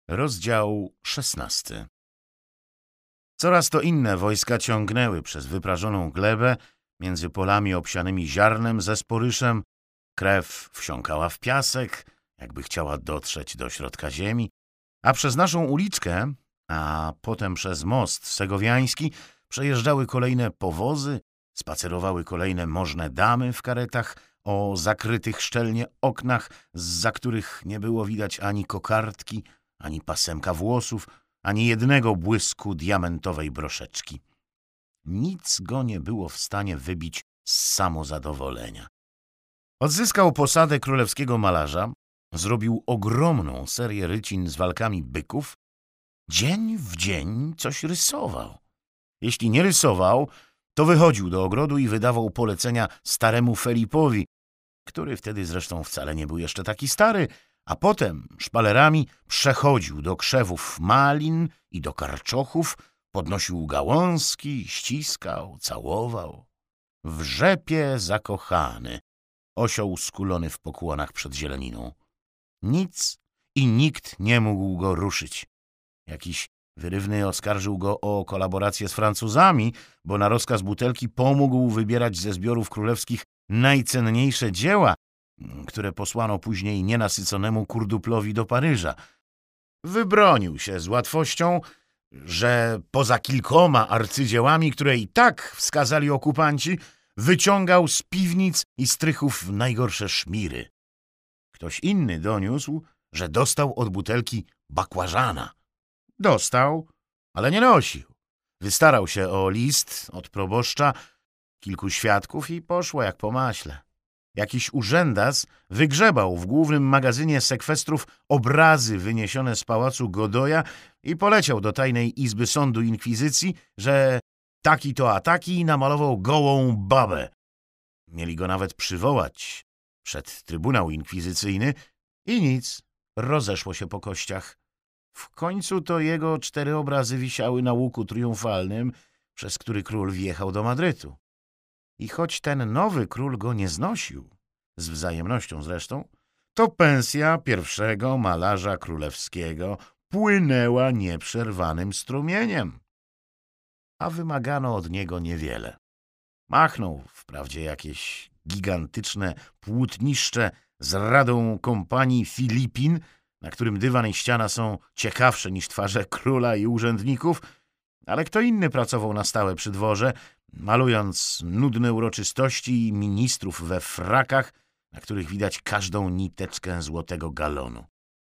Rozdział 16. Coraz to inne wojska ciągnęły przez wyprażoną glebę między polami obsianymi ziarnem ze sporyszem. Krew wsiąkała w piasek, jakby chciała dotrzeć do środka ziemi, a przez naszą uliczkę, a potem przez most segowiański przejeżdżały kolejne powozy, spacerowały kolejne możne damy w karetach o zakrytych szczelnie oknach, zza których nie było widać ani kokardki, ani pasemka włosów, ani jednego błysku diamentowej broszeczki. Nic go nie było w stanie wybić z samozadowolenia. Odzyskał posadę królewskiego malarza, zrobił ogromną serię rycin z walkami byków. Dzień w dzień coś rysował. Jeśli nie rysował, to wychodził do ogrodu i wydawał polecenia staremu Felipowi, który wtedy zresztą wcale nie był jeszcze taki stary, a potem szpalerami przechodził do krzewów malin i do karczochów, podnosił gałązki, ściskał, całował. W rzepie zakochany, osioł skulony w pokłonach przed zieleniną. Nic i nikt nie mógł go ruszyć. Jakiś wyrywny oskarżył go o kolaborację z Francuzami, bo na rozkaz Butelki pomógł wybierać ze zbiorów królewskich najcenniejsze dzieła, które posłano później nienasyconemu Kurduplowi do Paryża. Wybronił się z łatwością, że poza kilkoma arcydziełami, które i tak wskazali okupanci, wyciągał z piwnic i strychów najgorsze szmiry. Ktoś inny doniósł, że dostał od Butelki bakłażana. Dostał, ale nie nosił. Wystarał się o list od proboszcza, kilku świadków i poszło jak po maśle. Jakiś urzędas wygrzebał w głównym magazynie sekwestrów obrazy wyniesione z pałacu Godoya i poleciał do tajnej izby sądu inkwizycji, że taki to a taki namalował gołą babę. Mieli go nawet przywołać przed trybunał inkwizycyjny i nic, rozeszło się po kościach. W końcu to jego 4 obrazy wisiały na łuku triumfalnym, przez który król wjechał do Madrytu. I choć ten nowy król go nie znosił, z wzajemnością zresztą, to pensja pierwszego malarza królewskiego płynęła nieprzerwanym strumieniem. A wymagano od niego niewiele. Machnął wprawdzie jakieś gigantyczne płótniszcze z radą kompanii Filipin, na którym dywan i ściana są ciekawsze niż twarze króla i urzędników, ale kto inny pracował na stałe przy dworze, malując nudne uroczystości i ministrów we frakach, na których widać każdą niteczkę złotego galonu.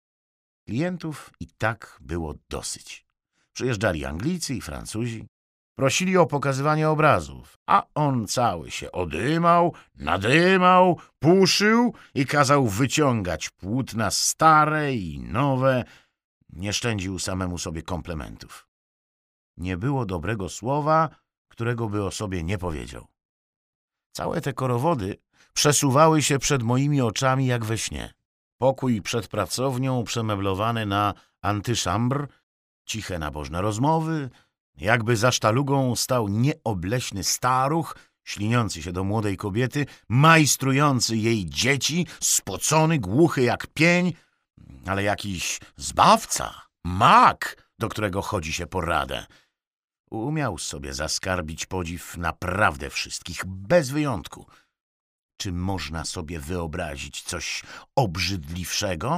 Klientów i tak było dosyć. Przyjeżdżali Anglicy i Francuzi, prosili o pokazywanie obrazów, a on cały się odymał, nadymał, puszył i kazał wyciągać płótna stare i nowe. Nie szczędził samemu sobie komplementów. Nie było dobrego słowa, którego by o sobie nie powiedział. Całe te korowody przesuwały się przed moimi oczami jak we śnie. Pokój przed pracownią przemeblowany na antyszambr, ciche nabożne rozmowy, jakby za sztalugą stał nieobleśny staruch, śliniący się do młodej kobiety, majstrujący jej dzieci, spocony, głuchy jak pień, ale jakiś zbawca, mag, do którego chodzi się po radę. Umiał sobie zaskarbić podziw naprawdę wszystkich, bez wyjątku. Czy można sobie wyobrazić coś obrzydliwszego?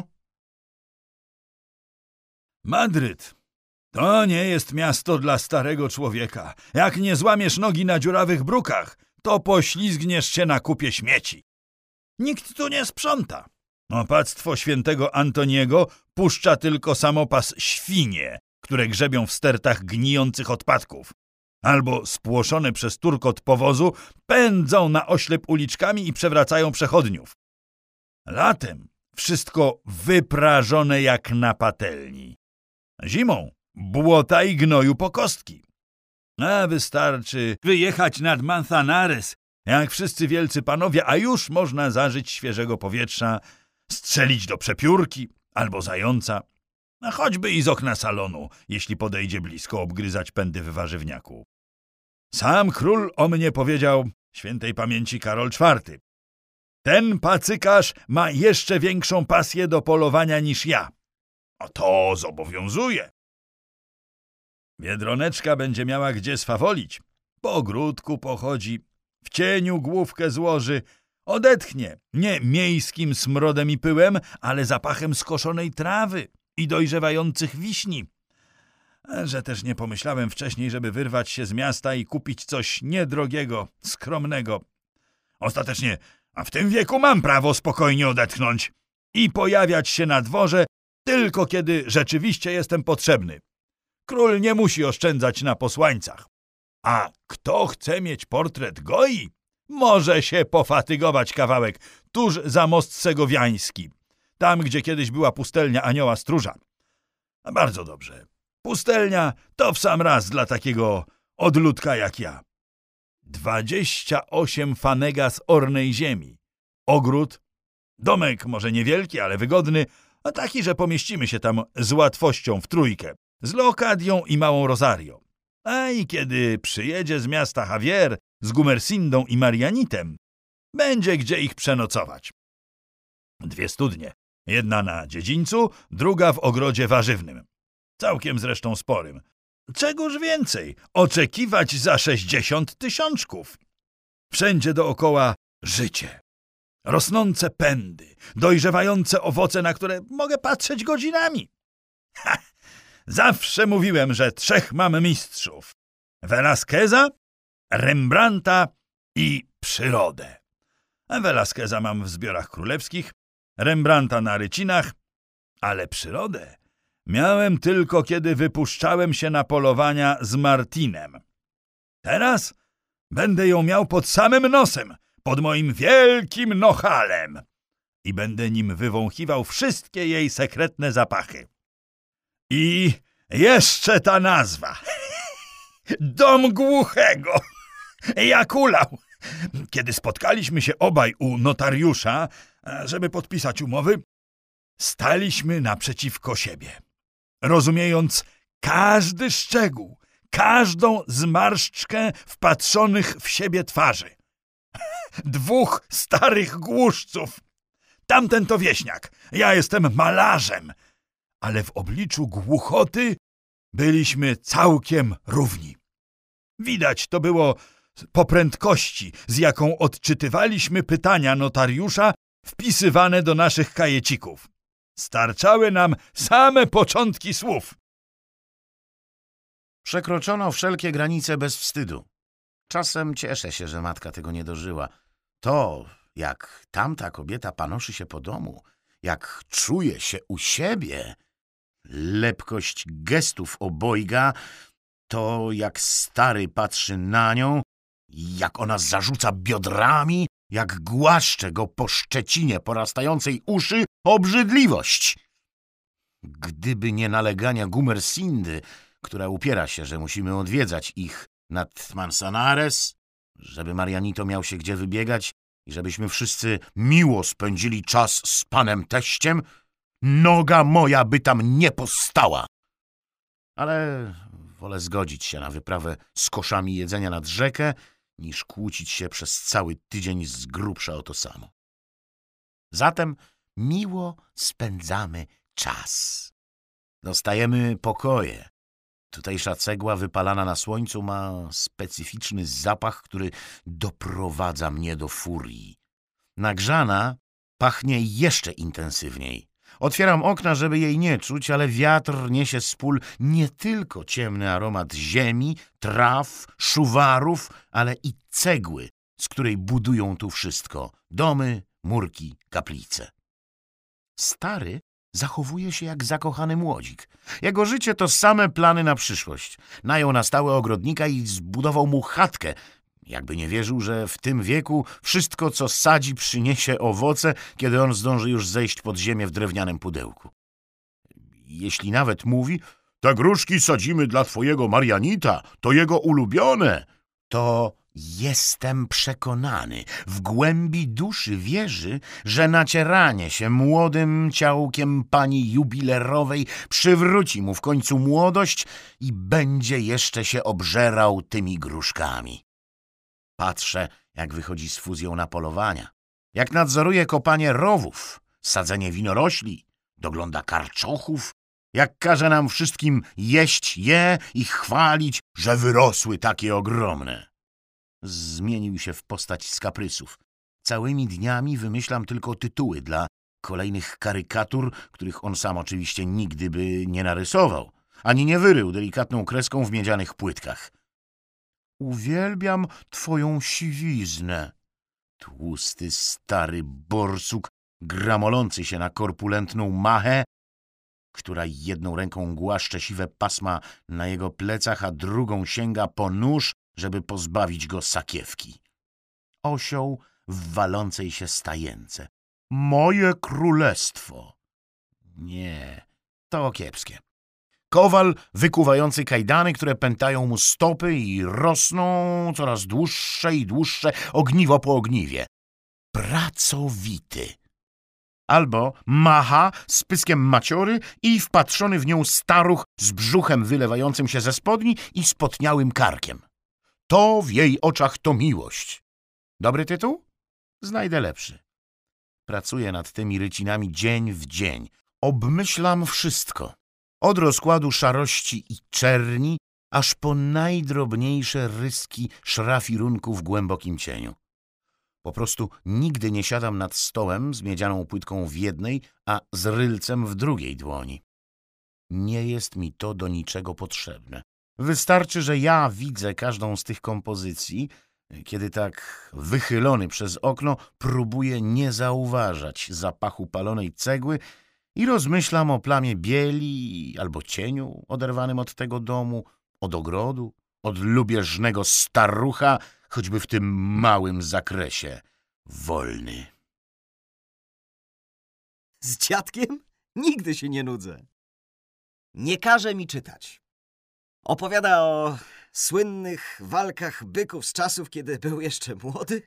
Madryt. To nie jest miasto dla starego człowieka. Jak nie złamiesz nogi na dziurawych brukach, to poślizgniesz się na kupie śmieci. Nikt tu nie sprząta. Opactwo świętego Antoniego puszcza tylko samopas świnie, które grzebią w stertach gnijących odpadków. Albo spłoszone przez turkot powozu pędzą na oślep uliczkami i przewracają przechodniów. Latem wszystko wyprażone jak na patelni. Zimą błota i gnoju po kostki. A wystarczy wyjechać nad Manzanares, jak wszyscy wielcy panowie, a już można zażyć świeżego powietrza, strzelić do przepiórki albo zająca, a choćby i z okna salonu, jeśli podejdzie blisko, obgryzać pędy w warzywniaku. Sam król o mnie powiedział, świętej pamięci Karol IV: ten pacykarz ma jeszcze większą pasję do polowania niż ja. A to zobowiązuje. Biedroneczka będzie miała gdzie swawolić. Po ogródku pochodzi, w cieniu główkę złoży, odetchnie nie miejskim smrodem i pyłem, ale zapachem skoszonej trawy i dojrzewających wiśni. Że też nie pomyślałem wcześniej, żeby wyrwać się z miasta i kupić coś niedrogiego, skromnego. Ostatecznie, a w tym wieku mam prawo spokojnie odetchnąć i pojawiać się na dworze tylko kiedy rzeczywiście jestem potrzebny. Król nie musi oszczędzać na posłańcach. A kto chce mieć portret Goi, może się pofatygować kawałek tuż za most Segowiański, tam gdzie kiedyś była pustelnia Anioła Stróża. A bardzo dobrze. Pustelnia to w sam raz dla takiego odludka jak ja. 28 fanega z ornej ziemi. Ogród, domek może niewielki, ale wygodny, a taki, że pomieścimy się tam z łatwością w trójkę, z Leokadią i małą Rosario. A i kiedy przyjedzie z miasta Javier z Gumersindą i Marianitem, będzie gdzie ich przenocować. 2 studnie, jedna na dziedzińcu, druga w ogrodzie warzywnym. Całkiem zresztą sporym. Czegóż więcej oczekiwać za 60 tysiączków? Wszędzie dookoła życie. Rosnące pędy, dojrzewające owoce, na które mogę patrzeć godzinami. Ha! Zawsze mówiłem, że 3 mam mistrzów. Velasqueza, Rembrandta i przyrodę. Velasqueza mam w zbiorach królewskich, Rembrandta na rycinach, ale przyrodę miałem tylko, kiedy wypuszczałem się na polowania z Martinem. Teraz będę ją miał pod samym nosem, pod moim wielkim nochalem i będę nim wywąchiwał wszystkie jej sekretne zapachy. I jeszcze ta nazwa. Dom głuchego. Jak ulał. Kiedy spotkaliśmy się obaj u notariusza, żeby podpisać umowy, staliśmy naprzeciwko siebie, rozumiejąc każdy szczegół, każdą zmarszczkę wpatrzonych w siebie twarzy. 2 starych głuszców. Tamten to wieśniak, ja jestem malarzem, ale w obliczu głuchoty byliśmy całkiem równi. Widać to było po prędkości, z jaką odczytywaliśmy pytania notariusza wpisywane do naszych kajecików. Starczały nam same początki słów. Przekroczono wszelkie granice bez wstydu. Czasem cieszę się, że matka tego nie dożyła. To, jak tamta kobieta panoszy się po domu, jak czuje się u siebie, lepkość gestów obojga, to jak stary patrzy na nią, jak ona zarzuca biodrami, jak głaszcze go po szczecinie porastającej uszy, obrzydliwość. Gdyby nie nalegania Gumersindy, która upiera się, że musimy odwiedzać ich nad Manzanares, żeby Marianito miał się gdzie wybiegać i żebyśmy wszyscy miło spędzili czas z panem teściem, noga moja by tam nie postała. Ale wolę zgodzić się na wyprawę z koszami jedzenia nad rzekę, niż kłócić się przez cały tydzień z grubsza o to samo. Zatem miło spędzamy czas. Dostajemy pokoje. Tutejsza cegła wypalana na słońcu ma specyficzny zapach, który doprowadza mnie do furii. Nagrzana pachnie jeszcze intensywniej. Otwieram okna, żeby jej nie czuć, ale wiatr niesie z pól nie tylko ciemny aromat ziemi, traw, szuwarów, ale i cegły, z której budują tu wszystko. Domy, murki, kaplice. Stary zachowuje się jak zakochany młodzik. Jego życie to same plany na przyszłość. Najął na stałe ogrodnika i zbudował mu chatkę, jakby nie wierzył, że w tym wieku wszystko, co sadzi, przyniesie owoce, kiedy on zdąży już zejść pod ziemię w drewnianym pudełku. Jeśli nawet mówi, te gruszki sadzimy dla twojego Marianita, to jego ulubione, to jestem przekonany, w głębi duszy wierzy, że nacieranie się młodym ciałkiem pani jubilerowej przywróci mu w końcu młodość i będzie jeszcze się obżerał tymi gruszkami. Patrzę, jak wychodzi z fuzją na polowania, jak nadzoruje kopanie rowów, sadzenie winorośli, dogląda karczochów Jak każe nam wszystkim jeść je i chwalić, że wyrosły takie ogromne. Zmienił się w postać z kaprysów. Całymi dniami wymyślam tylko tytuły dla kolejnych karykatur, których on sam oczywiście nigdy by nie narysował, ani nie wyrył delikatną kreską w miedzianych płytkach. Uwielbiam twoją siwiznę. Tłusty, stary borsuk, gramolący się na korpulentną machę, która jedną ręką głaszcze siwe pasma na jego plecach, a drugą sięga po nóż, żeby pozbawić go sakiewki. Osioł w walącej się stajence. Moje królestwo. Nie, to kiepskie. Kowal wykuwający kajdany, które pętają mu stopy i rosną coraz dłuższe i dłuższe, ogniwo po ogniwie. Pracowity. Albo macha z pyskiem maciory i wpatrzony w nią staruch z brzuchem wylewającym się ze spodni i spotniałym karkiem. To w jej oczach to miłość. Dobry tytuł? Znajdę lepszy. Pracuję nad tymi rycinami dzień w dzień. Obmyślam wszystko. Od rozkładu szarości i czerni, aż po najdrobniejsze ryski szrafirunku w głębokim cieniu. Po prostu nigdy nie siadam nad stołem z miedzianą płytką w jednej, a z rylcem w drugiej dłoni. Nie jest mi to do niczego potrzebne. Wystarczy, że ja widzę każdą z tych kompozycji, kiedy tak wychylony przez okno próbuję nie zauważać zapachu palonej cegły i rozmyślam o plamie bieli albo cieniu oderwanym od tego domu, od ogrodu, od lubieżnego starucha, choćby w tym małym zakresie wolny. Z dziadkiem nigdy się nie nudzę. Nie każe mi czytać. Opowiada o słynnych walkach byków z czasów, kiedy był jeszcze młody.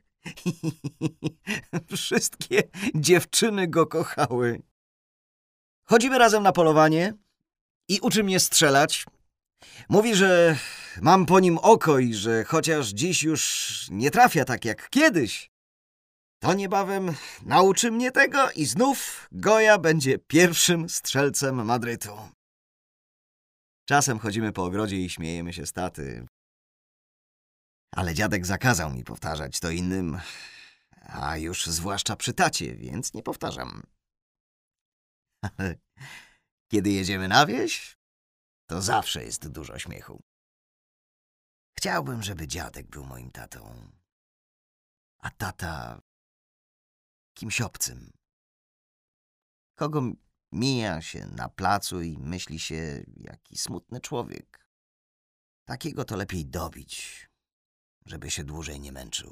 Wszystkie dziewczyny go kochały. Chodzimy razem na polowanie i uczy mnie strzelać. Mówi, że mam po nim oko i że chociaż dziś już nie trafia tak jak kiedyś, to niebawem nauczy mnie tego i znów Goja będzie pierwszym strzelcem Madrytu. Czasem chodzimy po ogrodzie i śmiejemy się z taty. Ale dziadek zakazał mi powtarzać to innym, a już zwłaszcza przy tacie, więc nie powtarzam. Ale kiedy jedziemy na wieś, to zawsze jest dużo śmiechu. Chciałbym, żeby dziadek był moim tatą, a tata kimś obcym. Kogo mija się na placu i myśli się, jaki smutny człowiek. Takiego to lepiej dobić, żeby się dłużej nie męczył.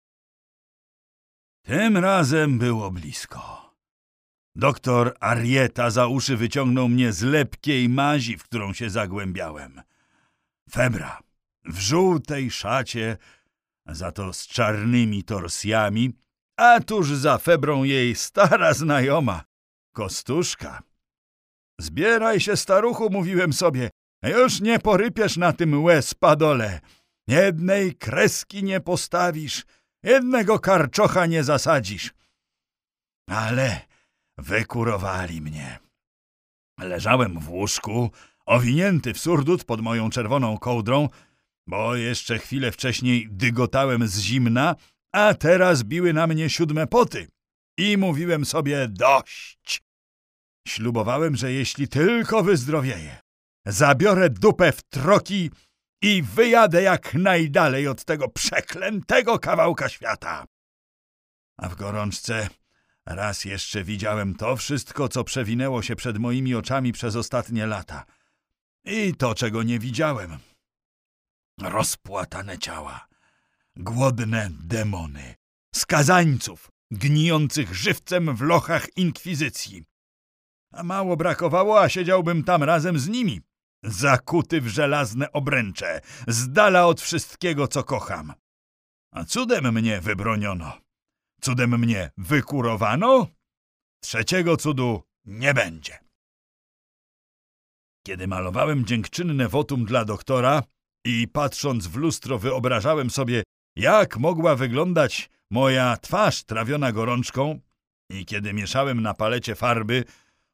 Tym razem było blisko. Doktor Arieta za uszy wyciągnął mnie z lepkiej mazi, w którą się zagłębiałem. Febra w żółtej szacie, za to z czarnymi torsjami, a tuż za Febrą jej stara znajoma, Kostuszka. Zbieraj się, staruchu, mówiłem sobie, już nie porypiesz na tym łez padole. Jednej kreski nie postawisz, jednego karczocha nie zasadzisz. Ale wykurowali mnie. Leżałem w łóżku, owinięty w surdut pod moją czerwoną kołdrą, bo jeszcze chwilę wcześniej dygotałem z zimna, a teraz biły na mnie 7 poty. I mówiłem sobie dość. Ślubowałem, że jeśli tylko wyzdrowieję, zabiorę dupę w troki i wyjadę jak najdalej od tego przeklętego kawałka świata. A w gorączce raz jeszcze widziałem to wszystko, co przewinęło się przed moimi oczami przez ostatnie lata. I to, czego nie widziałem. Rozpłatane ciała, głodne demony, skazańców gnijących żywcem w lochach inkwizycji. A mało brakowało, a siedziałbym tam razem z nimi, zakuty w żelazne obręcze, z dala od wszystkiego, co kocham. A cudem mnie wybroniono. Cudem mnie wykurowano. Trzeciego cudu nie będzie. Kiedy malowałem dziękczynne wotum dla doktora i patrząc w lustro wyobrażałem sobie, jak mogła wyglądać moja twarz trawiona gorączką, i kiedy mieszałem na palecie farby,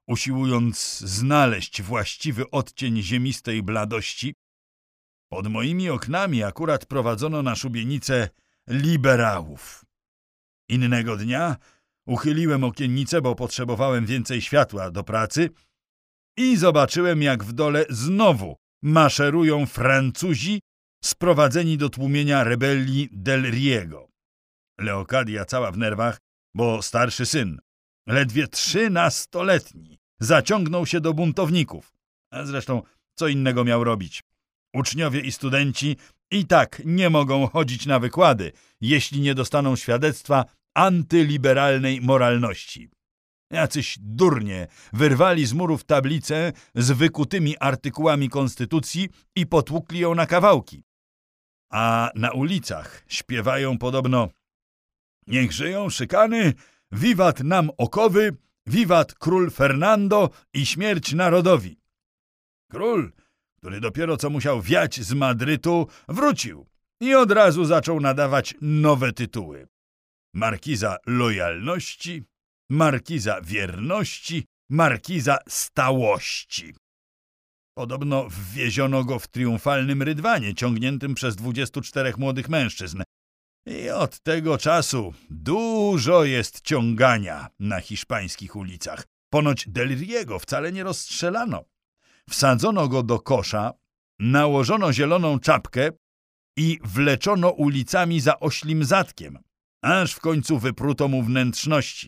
usiłując znaleźć właściwy odcień ziemistej bladości, pod moimi oknami akurat prowadzono na szubienicę liberałów. Innego dnia uchyliłem okiennicę, bo potrzebowałem więcej światła do pracy i zobaczyłem, jak w dole znowu maszerują Francuzi sprowadzeni do tłumienia rebelii Del Riego. Leokadia cała w nerwach, bo starszy syn, ledwie 13-letni, zaciągnął się do buntowników. A zresztą co innego miał robić? Uczniowie i studenci i tak nie mogą chodzić na wykłady, jeśli nie dostaną świadectwa antyliberalnej moralności. Jacyś durnie wyrwali z murów tablicę z wykutymi artykułami konstytucji i potłukli ją na kawałki. A na ulicach śpiewają podobno: niech żyją szykany, wiwat nam okowy, wiwat król Fernando i śmierć narodowi. Król, który dopiero co musiał wiać z Madrytu, wrócił i od razu zaczął nadawać nowe tytuły. Markiza lojalności, markiza wierności, markiza stałości. Podobno wwieziono go w triumfalnym rydwanie ciągniętym przez 24 młodych mężczyzn. I od tego czasu dużo jest ciągania na hiszpańskich ulicach. Ponoć Del Riego wcale nie rozstrzelano. Wsadzono go do kosza, nałożono zieloną czapkę i wleczono ulicami za oślim zadkiem, aż w końcu wypruto mu wnętrzności.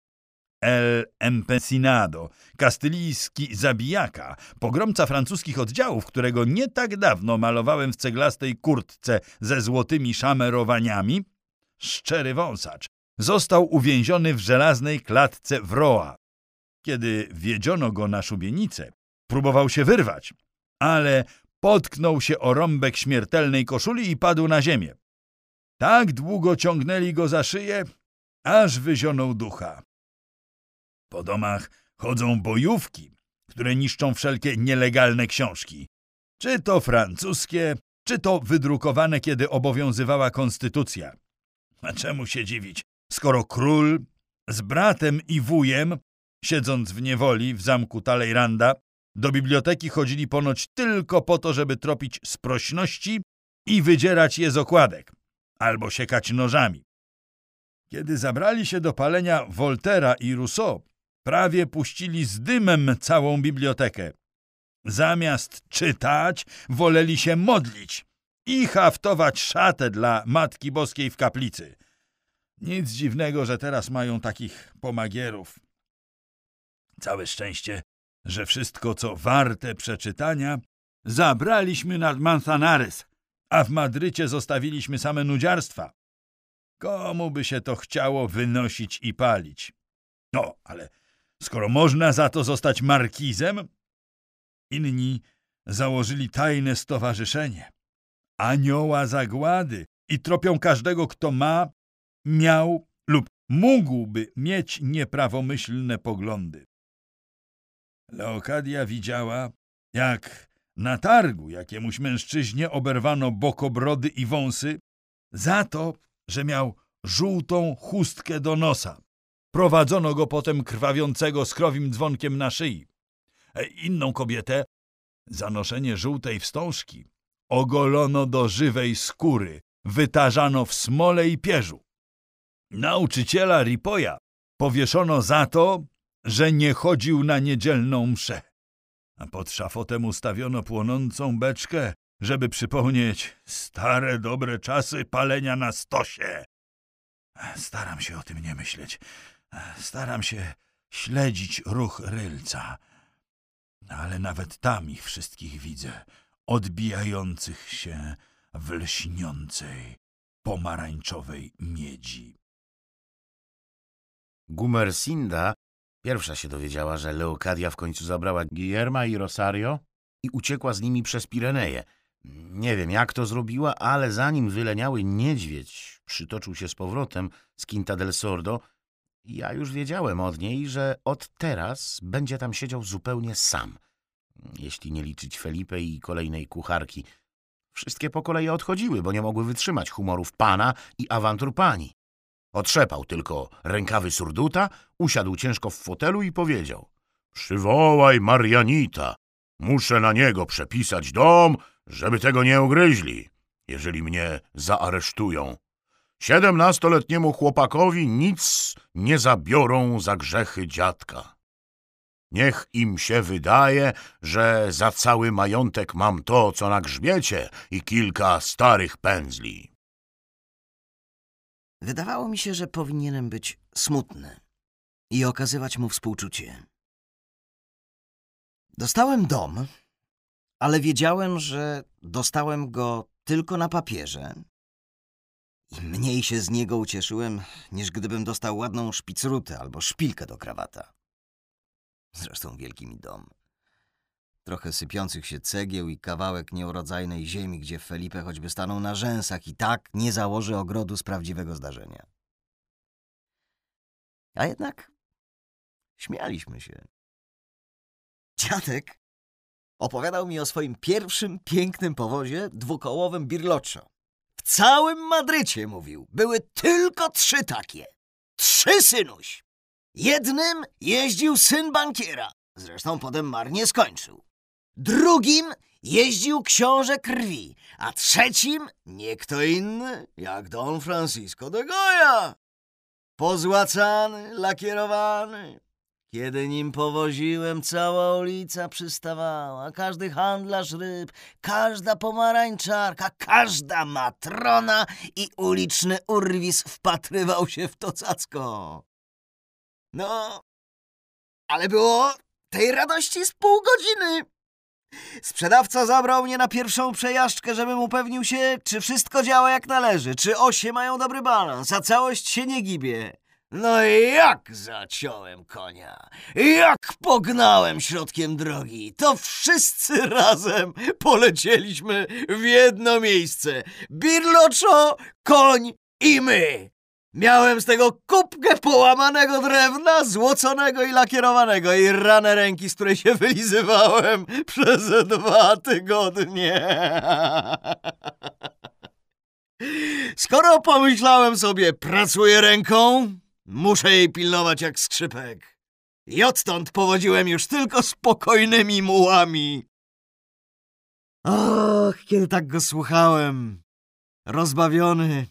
El Empecinado, kastylijski zabijaka, pogromca francuskich oddziałów, którego nie tak dawno malowałem w ceglastej kurtce ze złotymi szamerowaniami, szczery wąsacz, został uwięziony w żelaznej klatce w Roa. Kiedy wiedziono go na szubienicę, próbował się wyrwać, ale potknął się o rąbek śmiertelnej koszuli i padł na ziemię. Tak długo ciągnęli go za szyję, aż wyzionął ducha. Po domach chodzą bojówki, które niszczą wszelkie nielegalne książki. Czy to francuskie, czy to wydrukowane, kiedy obowiązywała konstytucja. A czemu się dziwić, skoro król z bratem i wujem, siedząc w niewoli w zamku Talleyranda, do biblioteki chodzili ponoć tylko po to, żeby tropić sprośności i wydzierać je z okładek, albo siekać nożami. Kiedy zabrali się do palenia Voltaira i Rousseau, prawie puścili z dymem całą bibliotekę. Zamiast czytać, woleli się modlić i haftować szatę dla Matki Boskiej w kaplicy. Nic dziwnego, że teraz mają takich pomagierów. Całe szczęście, że wszystko, co warte przeczytania, zabraliśmy nad Manzanares, a w Madrycie zostawiliśmy same nudziarstwa. Komu by się to chciało wynosić i palić? No, ale skoro można za to zostać markizem, inni założyli tajne stowarzyszenie, Anioła Zagłady, i tropią każdego, kto ma, miał lub mógłby mieć nieprawomyślne poglądy. Leokadia widziała, jak na targu jakiemuś mężczyźnie oberwano bokobrody i wąsy za to, że miał żółtą chustkę do nosa. Prowadzono go potem krwawiącego z krowim dzwonkiem na szyi. Inną kobietę za noszenie żółtej wstążki ogolono do żywej skóry, wytarzano w smole i pierzu. Nauczyciela Ripolla powieszono za to, że nie chodził na niedzielną mszę. A pod szafotem ustawiono płonącą beczkę, żeby przypomnieć stare, dobre czasy palenia na stosie. Staram się o tym nie myśleć. Staram się śledzić ruch rylca. Ale nawet tam ich wszystkich widzę, odbijających się w lśniącej, pomarańczowej miedzi. Gumersinda pierwsza się dowiedziała, że Leokadia w końcu zabrała Guillerma i Rosario i uciekła z nimi przez Pireneje. Nie wiem, jak to zrobiła, ale zanim wyleniały niedźwiedź przytoczył się z powrotem z Quinta del Sordo, ja już wiedziałem od niej, że od teraz będzie tam siedział zupełnie sam, jeśli nie liczyć Felipe i kolejnej kucharki. Wszystkie po kolei odchodziły, bo nie mogły wytrzymać humorów pana i awantur pani. Otrzepał tylko rękawy surduta, usiadł ciężko w fotelu i powiedział: Przywołaj Marianita. Muszę na niego przepisać dom, żeby tego nie ugryźli, jeżeli mnie zaaresztują. 17-letniemu chłopakowi nic nie zabiorą za grzechy dziadka. Niech im się wydaje, że za cały majątek mam to, co na grzbiecie i kilka starych pędzli. Wydawało mi się, że powinienem być smutny i okazywać mu współczucie. Dostałem dom, ale wiedziałem, że dostałem go tylko na papierze i mniej się z niego ucieszyłem, niż gdybym dostał ładną szpicrutę albo szpilkę do krawata. Zresztą wielki mi dom. Trochę sypiących się cegieł i kawałek nieurodzajnej ziemi, gdzie Felipe choćby stanął na rzęsach i tak nie założy ogrodu z prawdziwego zdarzenia. A jednak śmialiśmy się. Dziadek opowiadał mi o swoim pierwszym pięknym powozie dwukołowym Birloczo. W całym Madrycie, mówił, były tylko 3 takie. 3, synuś. Jednym jeździł syn bankiera, zresztą potem marnie skończył. Drugim jeździł książę krwi, a trzecim nie kto inny jak Don Francisco de Goya. Pozłacany, lakierowany. Kiedy nim powoziłem, cała ulica przystawała, każdy handlarz ryb, każda pomarańczarka, każda matrona i uliczny urwis wpatrywał się w to cacko. No, ale było tej radości z pół godziny. Sprzedawca zabrał mnie na pierwszą przejażdżkę, żebym upewnił się, czy wszystko działa jak należy, czy osie mają dobry balans, a całość się nie gibie. No i jak zaciąłem konia, jak pognałem środkiem drogi, to wszyscy razem polecieliśmy w jedno miejsce. Birloczo, koń i my. Miałem z tego kupkę połamanego drewna, złoconego i lakierowanego i ranę ręki, z której się wylizywałem przez 2 tygodnie. Skoro pomyślałem sobie, pracuję ręką, muszę jej pilnować jak skrzypek. I odtąd powodziłem już tylko spokojnymi mułami. Och, kiedy tak go słuchałem, rozbawiony,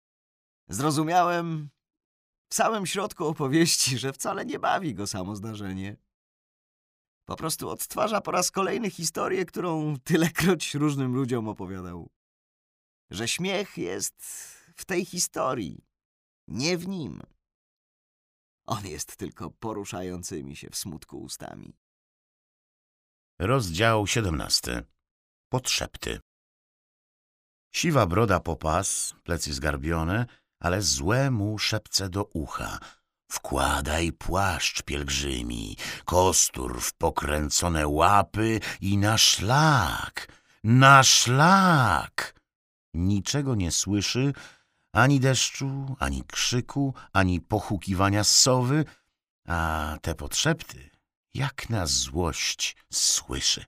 zrozumiałem w samym środku opowieści, że wcale nie bawi go samo zdarzenie. Po prostu odtwarza po raz kolejny historię, którą tylekroć różnym ludziom opowiadał. Że śmiech jest w tej historii, nie w nim. On jest tylko poruszającymi się w smutku ustami. Rozdział 17. Podszepty. Siwa broda po pas, plecy zgarbione, ale złe mu szepce do ucha. Wkładaj płaszcz, pielgrzymi, kostur w pokręcone łapy i na szlak, na szlak. Niczego nie słyszy, ani deszczu, ani krzyku, ani pochukiwania sowy, a te podszepty, jak na złość, słyszy.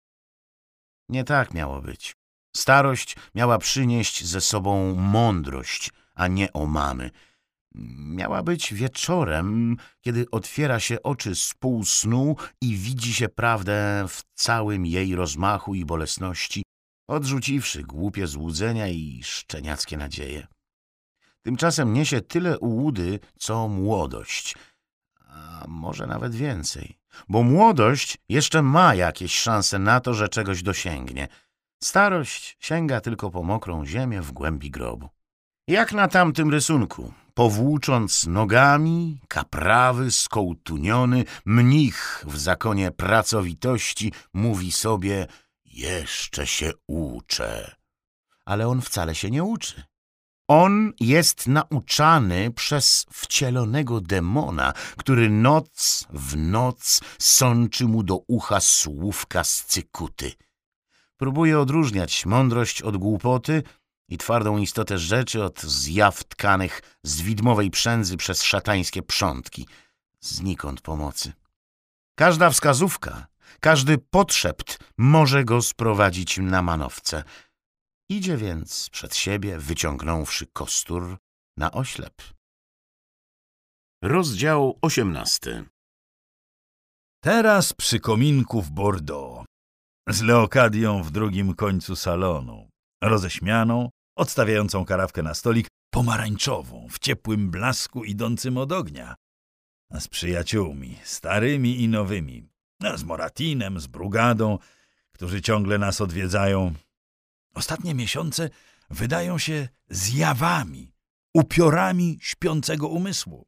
Nie tak miało być. Starość miała przynieść ze sobą mądrość, a nie omamy. Miała być wieczorem, kiedy otwiera się oczy z pół snu i widzi się prawdę w całym jej rozmachu i bolesności, odrzuciwszy głupie złudzenia i szczeniackie nadzieje. Tymczasem niesie tyle ułudy, co młodość, a może nawet więcej, bo młodość jeszcze ma jakieś szanse na to, że czegoś dosięgnie. Starość sięga tylko po mokrą ziemię w głębi grobu. Jak na tamtym rysunku, powłócząc nogami, kaprawy, skołtuniony, mnich w zakonie pracowitości mówi sobie: jeszcze się uczę. Ale on wcale się nie uczy. On jest nauczany przez wcielonego demona, który noc w noc sączy mu do ucha słówka z cykuty. Próbuje odróżniać mądrość od głupoty i twardą istotę rzeczy od zjaw tkanych z widmowej przędzy przez szatańskie przątki. Znikąd pomocy. Każda wskazówka, każdy podszept może go sprowadzić na manowce. Idzie więc przed siebie, wyciągnąwszy kostur na oślep. Rozdział 18. Teraz przy kominku w Bordeaux, z Leokadią w drugim końcu salonu, roześmianą, odstawiającą karawkę na stolik, pomarańczową, w ciepłym blasku idącym od ognia, a z przyjaciółmi, starymi i nowymi, z Moratinem, z Brugadą, którzy ciągle nas odwiedzają. Ostatnie miesiące wydają się zjawami, upiorami śpiącego umysłu.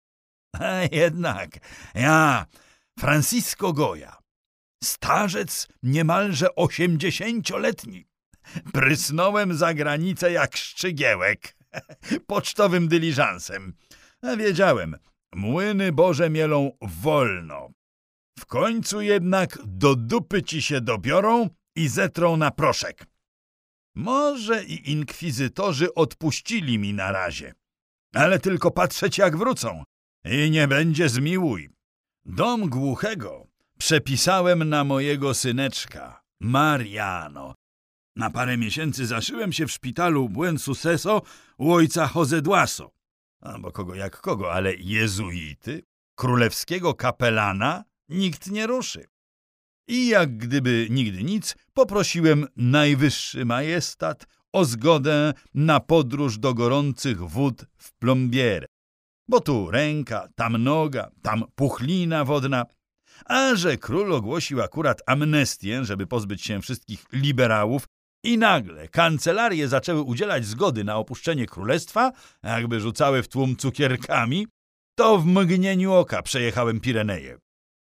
A jednak ja, Francisco Goya, starzec niemalże 80-letni, prysnąłem za granicę jak szczygiełek, pocztowym dyliżansem. Wiedziałem, młyny Boże mielą wolno. W końcu jednak do dupy ci się dobiorą i zetrą na proszek. Może i inkwizytorzy odpuścili mi na razie, ale tylko patrzeć jak wrócą i nie będzie zmiłuj. Dom głuchego przepisałem na mojego syneczka, Mariano. Na parę miesięcy zaszyłem się w szpitalu Buen Suceso u ojca José Duaso. Bo kogo jak kogo, ale jezuity, królewskiego kapelana nikt nie ruszy. I jak gdyby nigdy nic, poprosiłem najwyższy majestat o zgodę na podróż do gorących wód w Plombiere. Bo tu ręka, tam noga, tam puchlina wodna. A że król ogłosił akurat amnestię, żeby pozbyć się wszystkich liberałów, i nagle kancelarie zaczęły udzielać zgody na opuszczenie królestwa, jakby rzucały w tłum cukierkami, to w mgnieniu oka przejechałem Pireneje.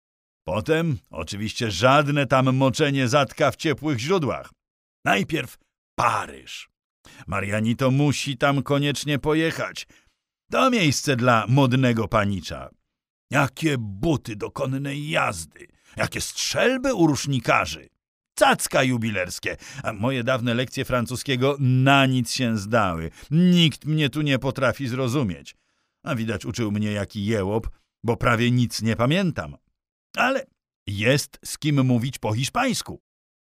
Potem oczywiście żadne tam moczenie zatka w ciepłych źródłach. Najpierw Paryż. Marianito musi tam koniecznie pojechać. To miejsce dla modnego panicza. Jakie buty do konnej jazdy, jakie strzelby u rusznikarzy, cacka jubilerskie, a moje dawne lekcje francuskiego na nic się zdały. Nikt mnie tu nie potrafi zrozumieć. A widać uczył mnie jaki jełop, bo prawie nic nie pamiętam. Ale jest z kim mówić po hiszpańsku.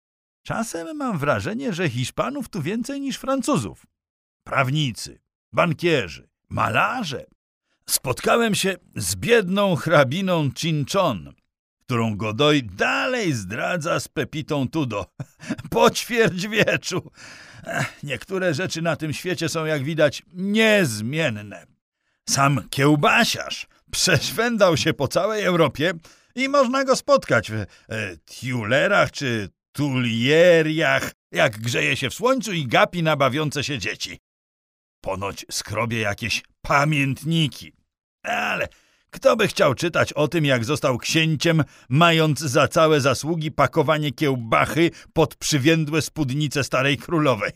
Czasem mam wrażenie, że Hiszpanów tu więcej niż Francuzów. Prawnicy, bankierzy, malarze. Spotkałem się z biedną hrabiną Chinchon, którą Godoy dalej zdradza z Pepitą Tudo. Po ćwierćwieczu. Niektóre rzeczy na tym świecie są, jak widać, niezmienne. Sam kiełbasiarz przeszwędał się po całej Europie i można go spotkać w tiulerach czy tulieriach, jak grzeje się w słońcu i gapi na bawiące się dzieci. Ponoć skrobie jakieś pamiętniki. Ale kto by chciał czytać o tym, jak został księciem, mając za całe zasługi pakowanie kiełbachy pod przywiędłe spódnice starej królowej?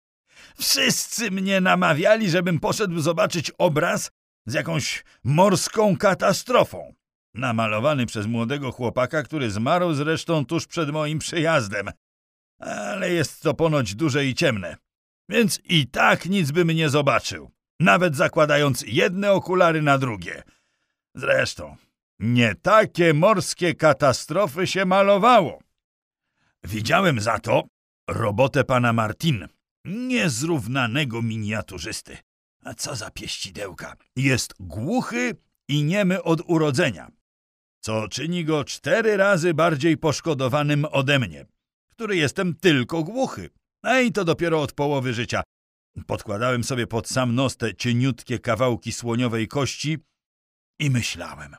Wszyscy mnie namawiali, żebym poszedł zobaczyć obraz z jakąś morską katastrofą. Namalowany przez młodego chłopaka, który zmarł zresztą tuż przed moim przyjazdem. Ale jest to ponoć duże i ciemne. Więc i tak nic bym nie zobaczył, nawet zakładając jedne okulary na drugie. Zresztą, nie takie morskie katastrofy się malowało. Widziałem za to robotę pana Martin, niezrównanego miniaturzysty. A co za pieścidełka. Jest głuchy i niemy od urodzenia, co czyni go 4 razy bardziej poszkodowanym ode mnie, który jestem tylko głuchy. A i to dopiero od połowy życia. Podkładałem sobie pod sam nos te cieniutkie kawałki słoniowej kości i myślałem.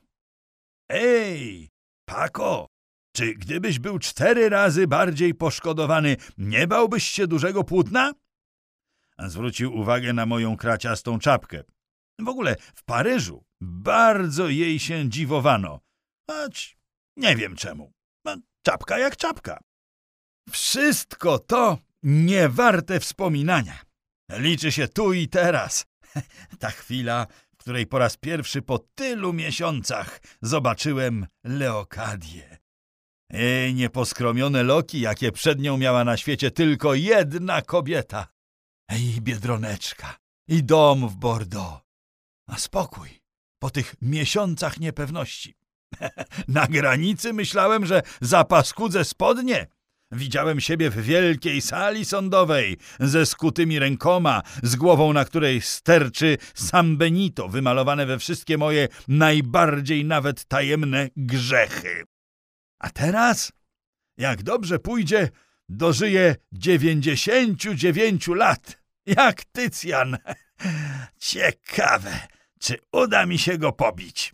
Ej, Paco, czy gdybyś był 4 razy bardziej poszkodowany, nie bałbyś się dużego płótna? A zwrócił uwagę na moją kraciastą czapkę. W ogóle w Paryżu bardzo jej się dziwowano. Choć nie wiem czemu. Czapka jak czapka. Wszystko to nie warte wspominania. Liczy się tu i teraz. Ta chwila, w której po raz pierwszy po tylu miesiącach zobaczyłem Leokadię. Jej nieposkromione loki, jakie przed nią miała na świecie tylko jedna kobieta. I biedroneczka, i dom w Bordeaux. A spokój po tych miesiącach niepewności. Na granicy myślałem, że zapaskudzę spodnie. Widziałem siebie w wielkiej sali sądowej, ze skutymi rękoma, z głową, na której sterczy San Benito, wymalowane we wszystkie moje najbardziej nawet tajemne grzechy. A teraz, jak dobrze pójdzie, dożyję 99 lat, jak Tycjan. Ciekawe, czy uda mi się go pobić.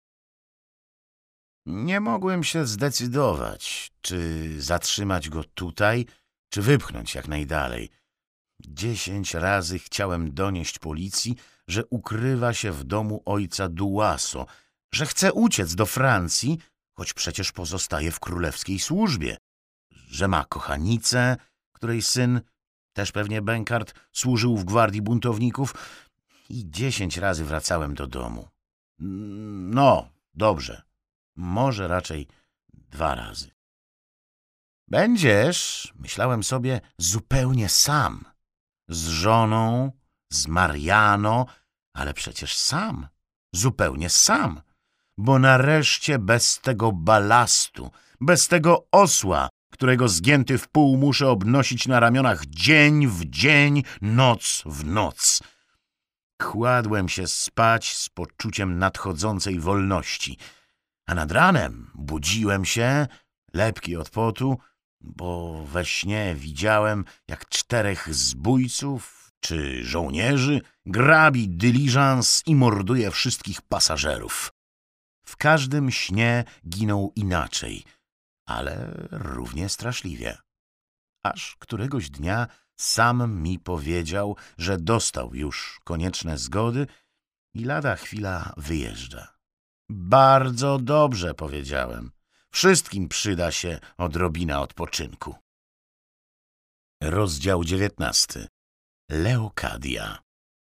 Nie mogłem się zdecydować, czy zatrzymać go tutaj, czy wypchnąć jak najdalej. 10 razy chciałem donieść policji, że ukrywa się w domu ojca Dułaso, że chce uciec do Francji, choć przecież pozostaje w królewskiej służbie, że ma kochanicę, której syn, też pewnie bękart, służył w gwardii buntowników, i 10 razy wracałem do domu. No, dobrze, może raczej 2 razy. Będziesz, myślałem sobie, zupełnie sam, z żoną, z Mariano, ale przecież sam, zupełnie sam, bo nareszcie bez tego balastu, bez tego osła, którego zgięty w pół muszę obnosić na ramionach dzień w dzień, noc w noc. Kładłem się spać z poczuciem nadchodzącej wolności, a nad ranem budziłem się, lepki od potu, bo we śnie widziałem, jak 4 zbójców czy żołnierzy grabi dyliżans i morduje wszystkich pasażerów. W każdym śnie ginął inaczej, ale równie straszliwie. Aż któregoś dnia sam mi powiedział, że dostał już konieczne zgody i lada chwila wyjeżdża. Bardzo dobrze, powiedziałem. Wszystkim przyda się odrobina odpoczynku. Rozdział 19. Leokadia.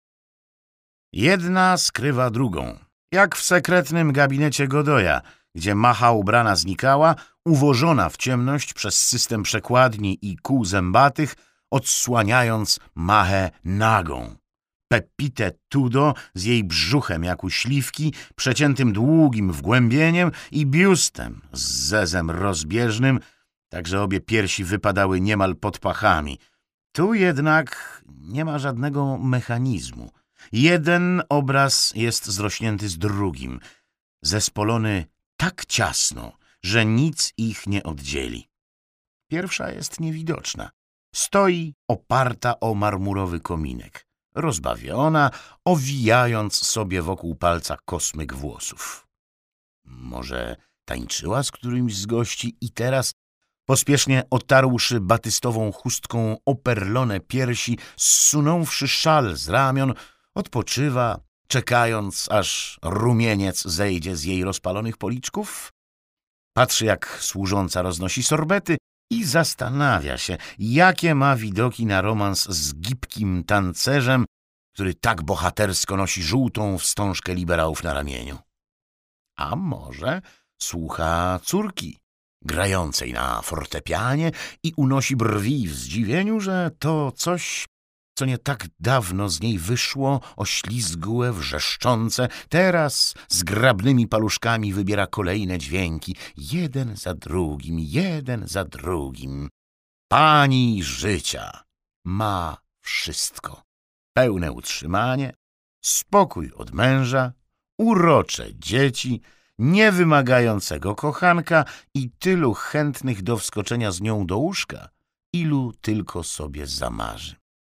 Jedna skrywa drugą. Jak w sekretnym gabinecie Godoya, gdzie macha ubrana znikała, uwożona w ciemność przez system przekładni i kół zębatych, odsłaniając machę nagą. Pepite Tudo z jej brzuchem jak u śliwki, przeciętym długim wgłębieniem i biustem z zezem rozbieżnym, tak że obie piersi wypadały niemal pod pachami. Tu jednak nie ma żadnego mechanizmu. Jeden obraz jest zrośnięty z drugim, zespolony tak ciasno, że nic ich nie oddzieli. Pierwsza jest niewidoczna. Stoi oparta o marmurowy kominek, rozbawiona, owijając sobie wokół palca kosmyk włosów. Może tańczyła z którymś z gości i teraz, pospiesznie otarłszy batystową chustką operlone piersi, zsunąwszy szal z ramion, odpoczywa, czekając, aż rumieniec zejdzie z jej rozpalonych policzków. Patrzy, jak służąca roznosi sorbety i zastanawia się, jakie ma widoki na romans z gibkim tancerzem, który tak bohatersko nosi żółtą wstążkę liberałów na ramieniu. A może słucha córki, grającej na fortepianie i unosi brwi w zdziwieniu, że to coś, co nie tak dawno z niej wyszło, oślizgłe, wrzeszczące, teraz zgrabnymi paluszkami wybiera kolejne dźwięki, jeden za drugim. Pani życia ma wszystko. Pełne utrzymanie, spokój od męża, urocze dzieci, niewymagającego kochanka i tylu chętnych do wskoczenia z nią do łóżka, ilu tylko sobie zamarzy.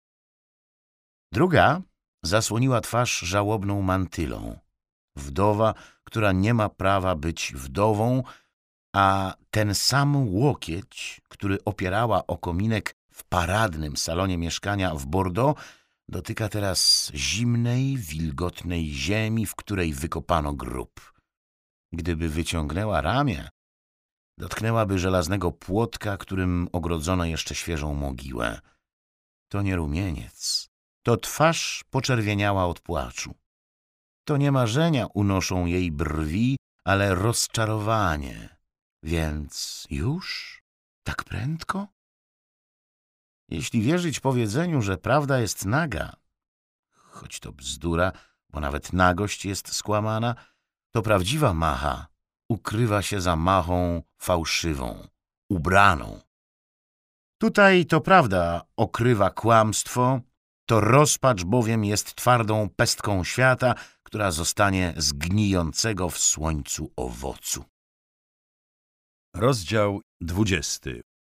Druga zasłoniła twarz żałobną mantylą. Wdowa, która nie ma prawa być wdową, a ten sam łokieć, który opierała o kominek w paradnym salonie mieszkania w Bordeaux, dotyka teraz zimnej, wilgotnej ziemi, w której wykopano grób. Gdyby wyciągnęła ramię, dotknęłaby żelaznego płotka, którym ogrodzono jeszcze świeżą mogiłę. To nie rumieniec. To twarz poczerwieniała od płaczu. To nie marzenia unoszą jej brwi, ale rozczarowanie. Więc już? Tak prędko? Jeśli wierzyć powiedzeniu, że prawda jest naga, choć to bzdura, bo nawet nagość jest skłamana, to prawdziwa macha ukrywa się za machą fałszywą, ubraną. Tutaj to prawda okrywa kłamstwo, to rozpacz bowiem jest twardą pestką świata, która zostanie z gnijącego w słońcu owocu. Rozdział 20.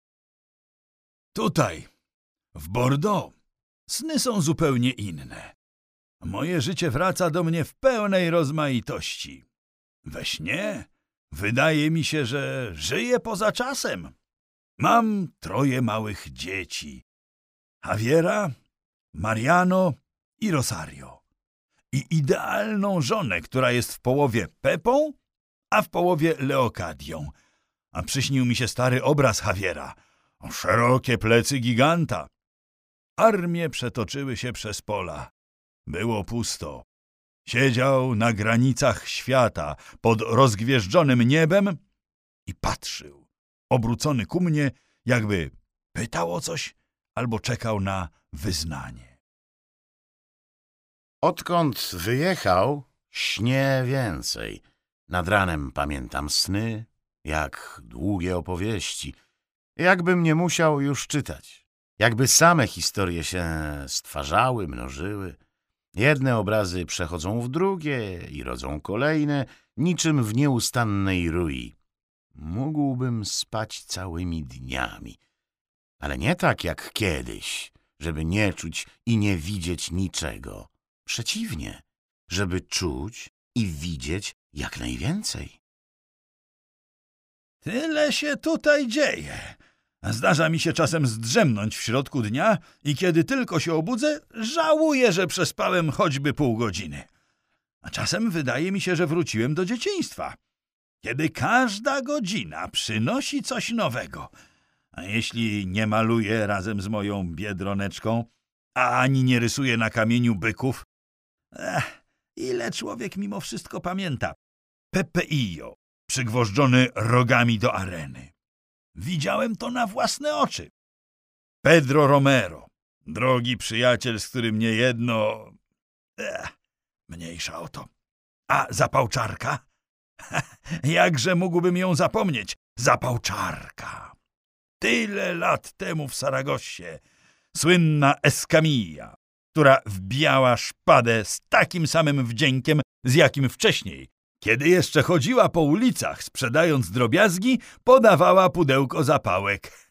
Tutaj, w Bordeaux, sny są zupełnie inne. Moje życie wraca do mnie w pełnej rozmaitości. We śnie wydaje mi się, że żyję poza czasem. Mam 3 małych dzieci. Javiera, Mariano i Rosario. I idealną żonę, która jest w połowie Pepą, a w połowie Leokadią. A przyśnił mi się stary obraz Javiera. Szerokie plecy giganta. Armie przetoczyły się przez pola. Było pusto. Siedział na granicach świata, pod rozgwieżdżonym niebem i patrzył, obrócony ku mnie, jakby pytał o coś albo czekał na wyznanie. Odkąd wyjechał, śnie więcej. Nad ranem pamiętam sny, jak długie opowieści. Jakbym nie musiał już czytać. Jakby same historie się stwarzały, mnożyły. Jedne obrazy przechodzą w drugie i rodzą kolejne, niczym w nieustannej rui. Mógłbym spać całymi dniami, ale nie tak jak kiedyś, żeby nie czuć i nie widzieć niczego. Przeciwnie, żeby czuć i widzieć jak najwięcej. Tyle się tutaj dzieje. Zdarza mi się czasem zdrzemnąć w środku dnia i kiedy tylko się obudzę, żałuję, że przespałem choćby pół godziny. A czasem wydaje mi się, że wróciłem do dzieciństwa, kiedy każda godzina przynosi coś nowego. A jeśli nie maluję razem z moją Biedroneczką, a ani nie rysuję na kamieniu byków, ile człowiek mimo wszystko pamięta. Pepe Illo, przygwożdżony rogami do areny. Widziałem to na własne oczy. Pedro Romero, drogi przyjaciel, z którym niejedno... mniejsza o to. A zapałczarka? Jakże mógłbym ją zapomnieć? Zapałczarka. Tyle lat temu w Saragossie. Słynna Escamilla, która wbijała szpadę z takim samym wdziękiem, z jakim wcześniej. Kiedy jeszcze chodziła po ulicach, sprzedając drobiazgi, podawała pudełko zapałek.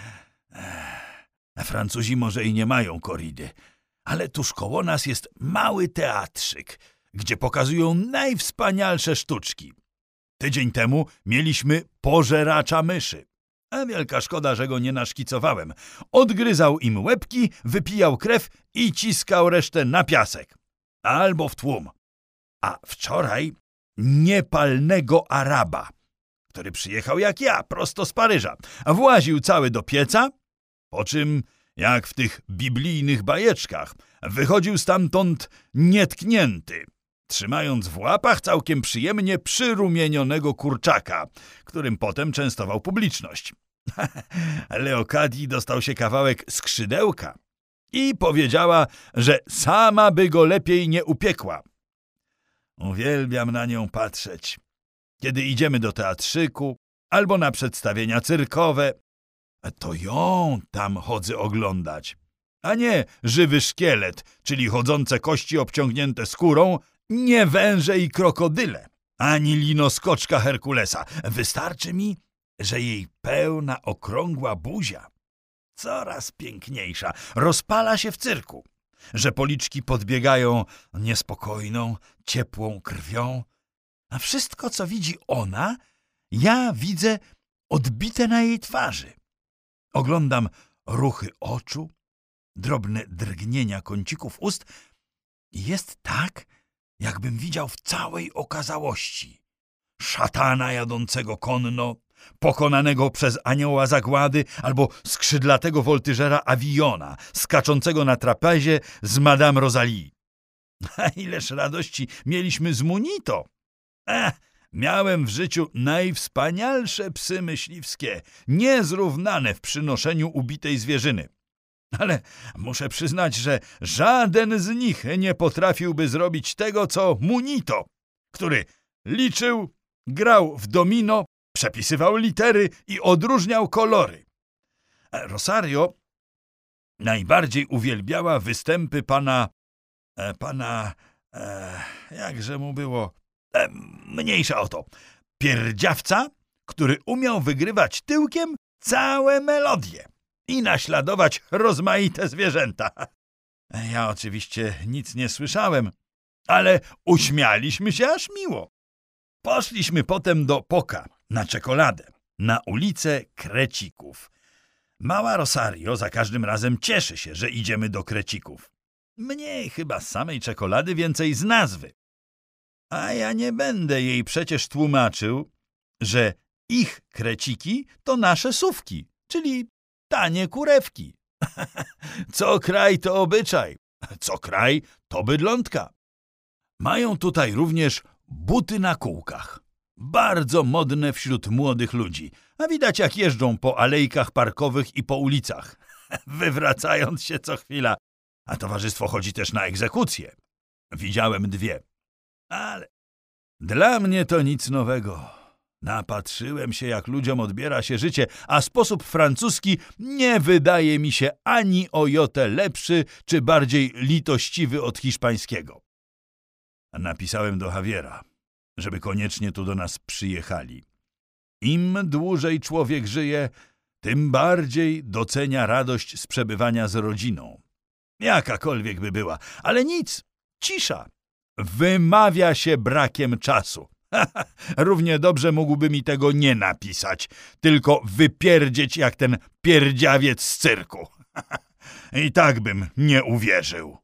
Francuzi może i nie mają koridy, ale tuż koło nas jest mały teatrzyk, gdzie pokazują najwspanialsze sztuczki. Tydzień temu mieliśmy pożeracza myszy. A wielka szkoda, że go nie naszkicowałem. Odgryzał im łebki, wypijał krew i ciskał resztę na piasek. Albo w tłum. A wczoraj niepalnego Araba, który przyjechał jak ja, prosto z Paryża, właził cały do pieca, po czym, jak w tych biblijnych bajeczkach, wychodził stamtąd nietknięty, trzymając w łapach całkiem przyjemnie przyrumienionego kurczaka, którym potem częstował publiczność. Leokadii dostał się kawałek skrzydełka i powiedziała, że sama by go lepiej nie upiekła. Uwielbiam na nią patrzeć, kiedy idziemy do teatrzyku albo na przedstawienia cyrkowe. To ją tam chodzę oglądać, a nie żywy szkielet, czyli chodzące kości obciągnięte skórą, nie węże i krokodyle, ani linoskoczka Herkulesa. Wystarczy mi, że jej pełna, okrągła buzia, coraz piękniejsza, rozpala się w cyrku, że policzki podbiegają niespokojną, ciepłą krwią, a wszystko, co widzi ona, ja widzę odbite na jej twarzy. Oglądam ruchy oczu, drobne drgnienia kącików ust i jest tak, jakbym widział w całej okazałości szatana jadącego konno, pokonanego przez anioła zagłady albo skrzydlatego woltyżera Avillona, skaczącego na trapezie z Madame Rosalie. A ileż radości mieliśmy z Munito! Miałem w życiu najwspanialsze psy myśliwskie, niezrównane w przynoszeniu ubitej zwierzyny. Ale muszę przyznać, że żaden z nich nie potrafiłby zrobić tego, co Munito, który liczył, grał w domino, przepisywał litery i odróżniał kolory. Rosario najbardziej uwielbiała występy pana, jakże mu było, mniejsza o to, pierdziawca, który umiał wygrywać tyłkiem całe melodie i naśladować rozmaite zwierzęta. Ja oczywiście nic nie słyszałem, ale uśmialiśmy się aż miło. Poszliśmy potem do Poka na czekoladę, na ulicę Krecików. Mała Rosario za każdym razem cieszy się, że idziemy do Krecików. Mniej chyba z samej czekolady, więcej z nazwy. A ja nie będę jej przecież tłumaczył, że ich kreciki to nasze sówki, czyli tanie kurewki. Co kraj to obyczaj, co kraj to bydlątka. Mają tutaj również buty na kółkach. Bardzo modne wśród młodych ludzi, a widać jak jeżdżą po alejkach parkowych i po ulicach, wywracając się co chwila. A towarzystwo chodzi też na egzekucje. Widziałem 2. Ale dla mnie to nic nowego. Napatrzyłem się, jak ludziom odbiera się życie, a sposób francuski nie wydaje mi się ani o jotę lepszy czy bardziej litościwy od hiszpańskiego. Napisałem do Javiera, żeby koniecznie tu do nas przyjechali. Im dłużej człowiek żyje, tym bardziej docenia radość z przebywania z rodziną. Jakakolwiek by była, ale nic, cisza. Wymawia się brakiem czasu. Równie dobrze mógłby mi tego nie napisać, tylko wypierdzieć jak ten pierdziawiec z cyrku. I tak bym nie uwierzył.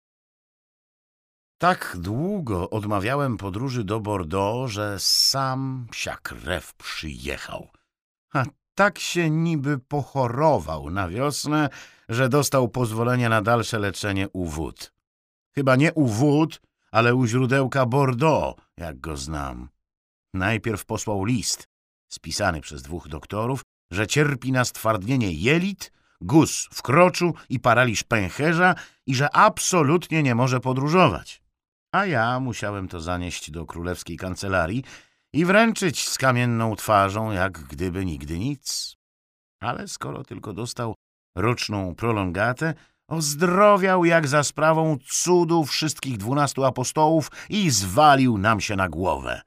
Tak długo odmawiałem podróży do Bordeaux, że sam psia krew przyjechał. A tak się niby pochorował na wiosnę, że dostał pozwolenie na dalsze leczenie u wód. Chyba nie u wód, ale u źródełka Bordeaux, jak go znam. Najpierw posłał list, spisany przez 2 doktorów, że cierpi na stwardnienie jelit, guz w kroczu i paraliż pęcherza i że absolutnie nie może podróżować. A ja musiałem to zanieść do królewskiej kancelarii i wręczyć z kamienną twarzą, jak gdyby nigdy nic. Ale skoro tylko dostał roczną prolongatę, ozdrowiał jak za sprawą cudu wszystkich 12 apostołów i zwalił nam się na głowę.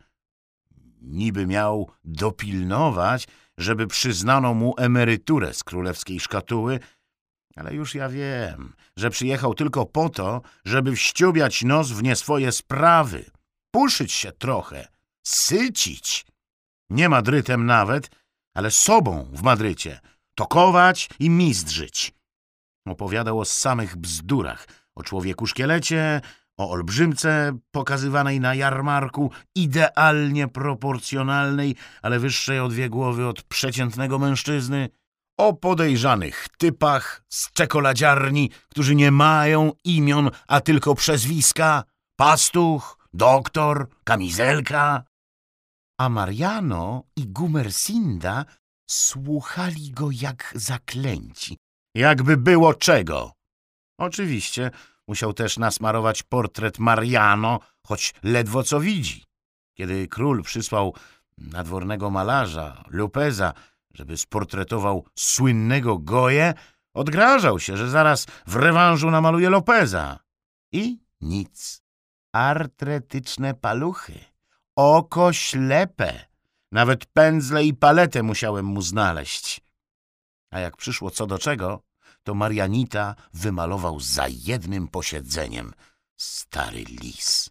Niby miał dopilnować, żeby przyznano mu emeryturę z królewskiej szkatuły, ale już ja wiem, że przyjechał tylko po to, żeby wściubiać nos w nie swoje sprawy, puszyć się trochę, sycić. Nie Madrytem nawet, ale sobą w Madrycie, tokować i mizdrzyć. Opowiadał o samych bzdurach, o człowieku szkielecie, o olbrzymce pokazywanej na jarmarku, idealnie proporcjonalnej, ale wyższej o 2 głowy od przeciętnego mężczyzny, o podejrzanych typach z czekoladziarni, którzy nie mają imion, a tylko przezwiska, pastuch, doktor, kamizelka. A Mariano i Gumersinda słuchali go jak zaklęci, jakby było czego. Oczywiście musiał też nasmarować portret Mariano, choć ledwo co widzi. Kiedy król przysłał nadwornego malarza, Lopeza, żeby sportretował słynnego Goję, odgrażał się, że zaraz w rewanżu namaluje Lopeza. I nic. Artretyczne paluchy, oko ślepe. Nawet pędzle i paletę musiałem mu znaleźć. A jak przyszło co do czego, to Marianita wymalował za jednym posiedzeniem. Stary lis.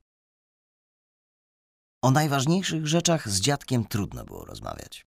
O najważniejszych rzeczach z dziadkiem trudno było rozmawiać.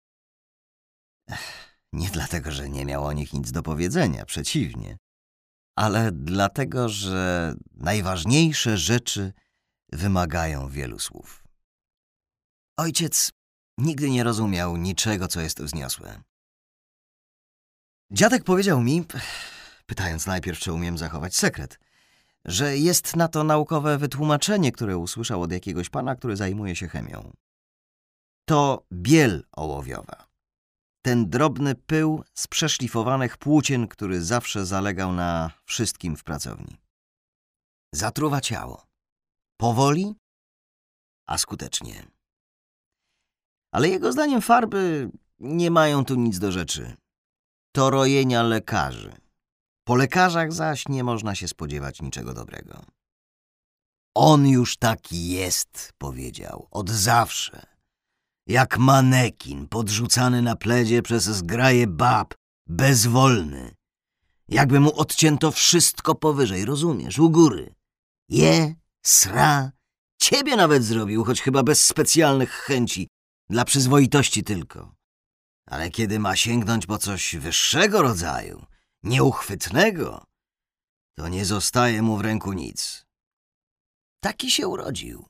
Nie dlatego, że nie miał o nich nic do powiedzenia, przeciwnie, ale dlatego, że najważniejsze rzeczy wymagają wielu słów. Ojciec nigdy nie rozumiał niczego, co jest wzniosłe. Dziadek powiedział mi, pytając najpierw, czy umiem zachować sekret, że jest na to naukowe wytłumaczenie, które usłyszał od jakiegoś pana, który zajmuje się chemią. To biel ołowiowa. Ten drobny pył z przeszlifowanych płócien, który zawsze zalegał na wszystkim w pracowni. Zatruwa ciało. Powoli, a skutecznie. Ale jego zdaniem farby nie mają tu nic do rzeczy. To rojenia lekarzy. Po lekarzach zaś nie można się spodziewać niczego dobrego. On już taki jest, powiedział, od zawsze. Jak manekin podrzucany na pledzie przez zgraje bab, bezwolny. Jakby mu odcięto wszystko powyżej, rozumiesz, u góry. Je, sra, ciebie nawet zrobił, choć chyba bez specjalnych chęci, dla przyzwoitości tylko. Ale kiedy ma sięgnąć po coś wyższego rodzaju, nieuchwytnego, to nie zostaje mu w ręku nic. Taki się urodził.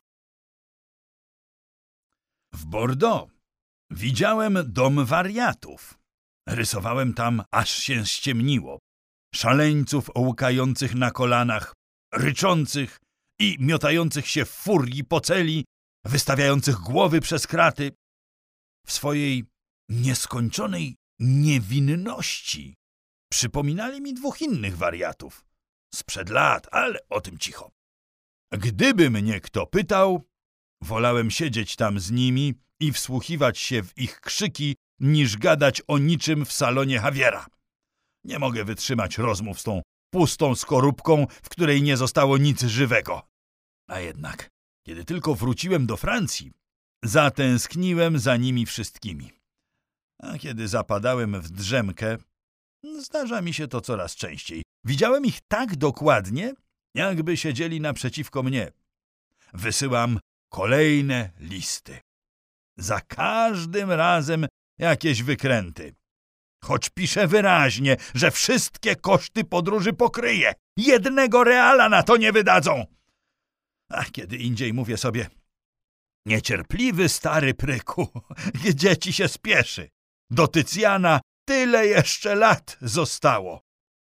W Bordeaux widziałem dom wariatów. Rysowałem tam, aż się ściemniło. Szaleńców łkających na kolanach, ryczących i miotających się w furii po celi, wystawiających głowy przez kraty. W swojej nieskończonej niewinności przypominali mi dwóch innych wariatów. Sprzed lat, ale o tym cicho. Gdyby mnie kto pytał, wolałem siedzieć tam z nimi i wsłuchiwać się w ich krzyki, niż gadać o niczym w salonie Javiera. Nie mogę wytrzymać rozmów z tą pustą skorupką, w której nie zostało nic żywego. A jednak, kiedy tylko wróciłem do Francji, zatęskniłem za nimi wszystkimi. A kiedy zapadałem w drzemkę, zdarza mi się to coraz częściej. Widziałem ich tak dokładnie, jakby siedzieli naprzeciwko mnie. Wysyłam kolejne listy. Za każdym razem jakieś wykręty. Choć piszę wyraźnie, że wszystkie koszty podróży pokryję. 1 reala na to nie wydadzą. A kiedy indziej mówię sobie, niecierpliwy stary pryku, gdzie ci się spieszy? Do Tycjana tyle jeszcze lat zostało.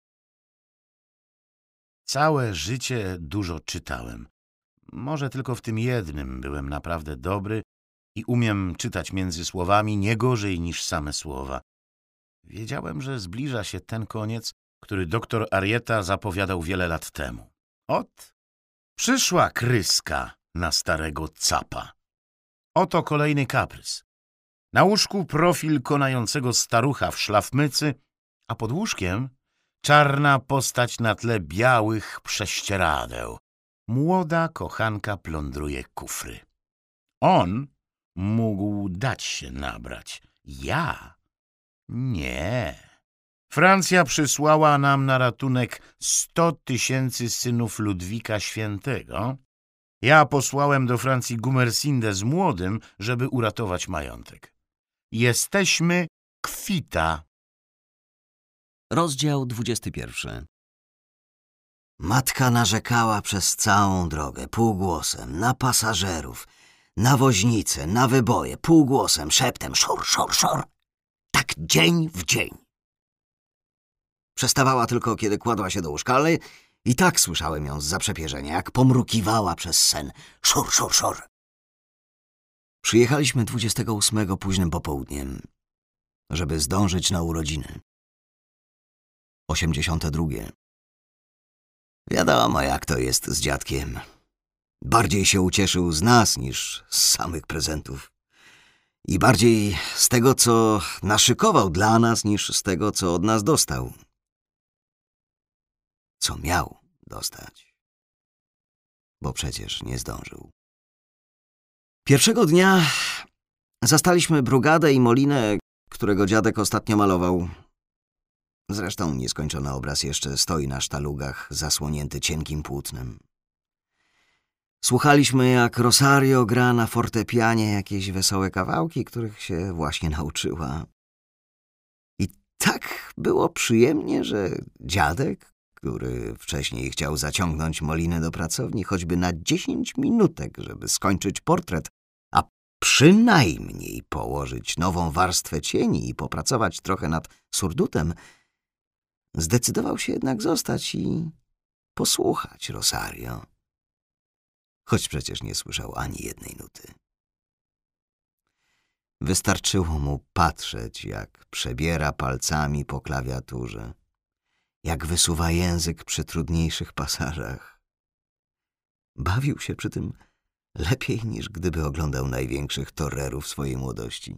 Całe życie dużo czytałem. Może tylko w tym jednym byłem naprawdę dobry i umiem czytać między słowami nie gorzej niż same słowa. Wiedziałem, że zbliża się ten koniec, który doktor Arieta zapowiadał wiele lat temu. Ot, przyszła kryska na starego capa. Oto kolejny kaprys. Na łóżku profil konającego starucha w szlafmycy, a pod łóżkiem czarna postać na tle białych prześcieradeł. Młoda kochanka plądruje kufry. On mógł dać się nabrać. Ja? Nie. Francja przysłała nam na ratunek 100 000 synów Ludwika Świętego. Ja posłałem do Francji Gumersindę z młodym, żeby uratować majątek. Jesteśmy kwita. Rozdział 21. Matka narzekała przez całą drogę, półgłosem, na pasażerów, na woźnicę, na wyboje, półgłosem, szeptem, szor, szor, szor. Tak dzień w dzień. Przestawała tylko, kiedy kładła się do łóżka, ale i tak słyszałem ją z zaprzepierzenia, jak pomrukiwała przez sen. Szor, szor, szor. Przyjechaliśmy 28 późnym popołudniem, żeby zdążyć na urodziny. 82. Wiadomo, jak to jest z dziadkiem. Bardziej się ucieszył z nas niż z samych prezentów. I bardziej z tego, co naszykował dla nas, niż z tego, co od nas dostał. Co miał dostać. Bo przecież nie zdążył. Pierwszego dnia zastaliśmy Brugadę i Molinę, którego dziadek ostatnio malował. Zresztą nieskończony obraz jeszcze stoi na sztalugach, zasłonięty cienkim płótnem. Słuchaliśmy, jak Rosario gra na fortepianie jakieś wesołe kawałki, których się właśnie nauczyła. I tak było przyjemnie, że dziadek, który wcześniej chciał zaciągnąć Molinę do pracowni choćby na 10 minutek, żeby skończyć portret, a przynajmniej położyć nową warstwę cieni i popracować trochę nad surdutem, zdecydował się jednak zostać i posłuchać Rosario. Choć przecież nie słyszał ani jednej nuty. Wystarczyło mu patrzeć, jak przebiera palcami po klawiaturze, jak wysuwa język przy trudniejszych pasażach. Bawił się przy tym lepiej, niż gdyby oglądał największych torerów swojej młodości.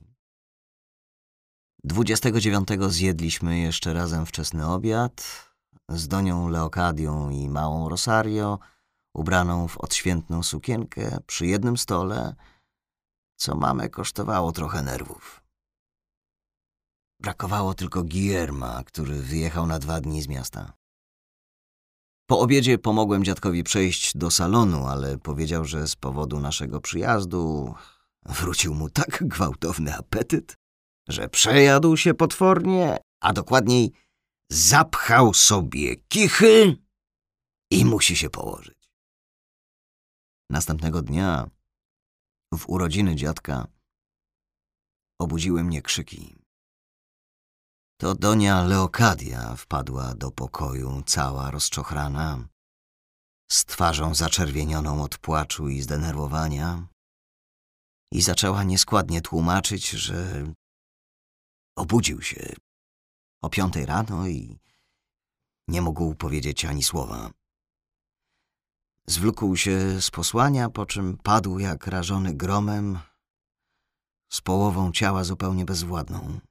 29 zjedliśmy jeszcze razem wczesny obiad z Donią Leokadią i małą Rosario, ubraną w odświętną sukienkę przy jednym stole, co mamę kosztowało trochę nerwów. Brakowało tylko Guillerma, który wyjechał na 2 dni z miasta. Po obiedzie pomogłem dziadkowi przejść do salonu, ale powiedział, że z powodu naszego przyjazdu wrócił mu tak gwałtowny apetyt, że przejadł się potwornie, a dokładniej zapchał sobie kichy i musi się położyć. Następnego dnia, w urodziny dziadka, obudziły mnie krzyki. To Donia Leokadia wpadła do pokoju, cała rozczochrana, z twarzą zaczerwienioną od płaczu i zdenerwowania, i zaczęła nieskładnie tłumaczyć, że obudził się o 5 rano i nie mógł powiedzieć ani słowa. Zwlókł się z posłania, po czym padł jak rażony gromem, z połową ciała zupełnie bezwładną.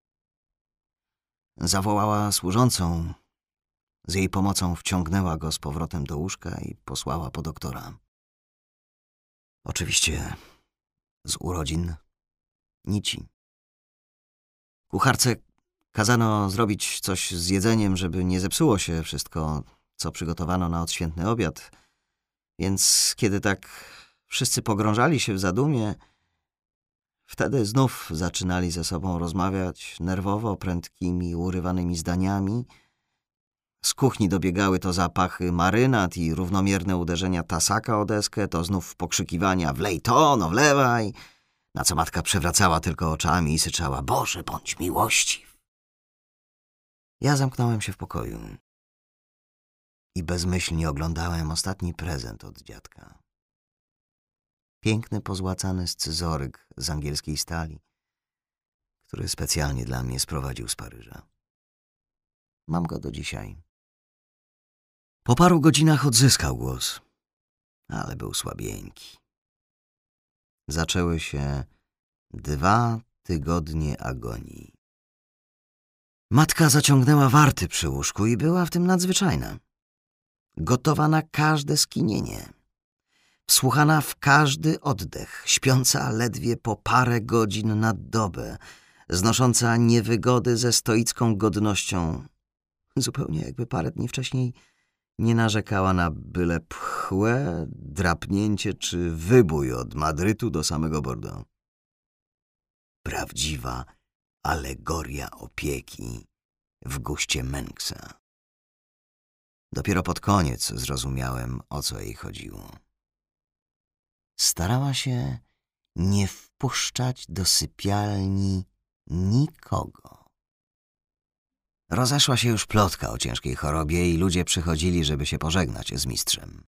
Zawołała służącą, z jej pomocą wciągnęła go z powrotem do łóżka i posłała po doktora. Oczywiście z urodzin nici. Kucharce kazano zrobić coś z jedzeniem, żeby nie zepsuło się wszystko, co przygotowano na odświętny obiad, więc kiedy tak wszyscy pogrążali się w zadumie, wtedy znów zaczynali ze sobą rozmawiać nerwowo, prędkimi, urywanymi zdaniami. Z kuchni dobiegały to zapachy marynat i równomierne uderzenia tasaka o deskę, to znów pokrzykiwania wlej to, no wlewaj, na co matka przewracała tylko oczami i syczała: Boże, bądź miłościw. Ja zamknąłem się w pokoju i bezmyślnie oglądałem ostatni prezent od dziadka. Piękny, pozłacany scyzoryk z angielskiej stali, który specjalnie dla mnie sprowadził z Paryża. Mam go do dzisiaj. Po paru godzinach odzyskał głos, ale był słabieńki. Zaczęły się 2 tygodnie agonii. Matka zaciągnęła warty przy łóżku i była w tym nadzwyczajna. Gotowa na każde skinienie. Wsłuchana w każdy oddech, śpiąca ledwie po parę godzin na dobę, znosząca niewygody ze stoicką godnością, zupełnie jakby parę dni wcześniej nie narzekała na byle pchłe, drapnięcie czy wybój od Madrytu do samego Bordeaux. Prawdziwa alegoria opieki w guście Menksa. Dopiero pod koniec zrozumiałem, o co jej chodziło. Starała się nie wpuszczać do sypialni nikogo. Rozeszła się już plotka o ciężkiej chorobie i ludzie przychodzili, żeby się pożegnać z mistrzem.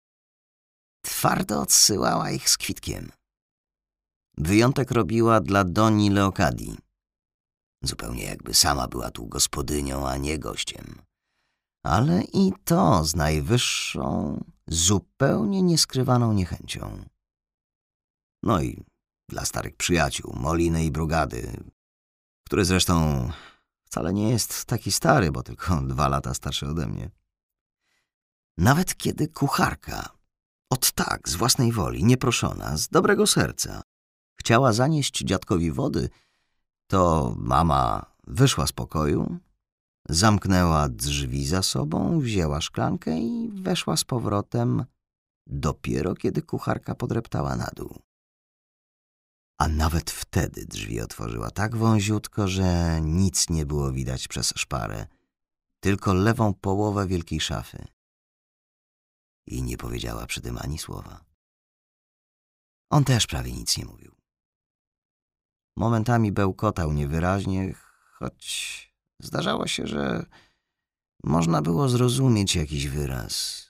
Twardo odsyłała ich z kwitkiem. Wyjątek robiła dla Doni Leokadii. Zupełnie jakby sama była tu gospodynią, a nie gościem. Ale i to z najwyższą, zupełnie nieskrywaną niechęcią. No i dla starych przyjaciół, Moliny i Brugady, który zresztą wcale nie jest taki stary, bo tylko 2 lata starszy ode mnie. Nawet kiedy kucharka, od tak, z własnej woli, nieproszona, z dobrego serca, chciała zanieść dziadkowi wody, to mama wyszła z pokoju, zamknęła drzwi za sobą, wzięła szklankę i weszła z powrotem dopiero kiedy kucharka podreptała na dół. A nawet wtedy drzwi otworzyła tak wąziutko, że nic nie było widać przez szparę, tylko lewą połowę wielkiej szafy. I nie powiedziała przy tym ani słowa. On też prawie nic nie mówił. Momentami bełkotał niewyraźnie, choć zdarzało się, że można było zrozumieć jakiś wyraz.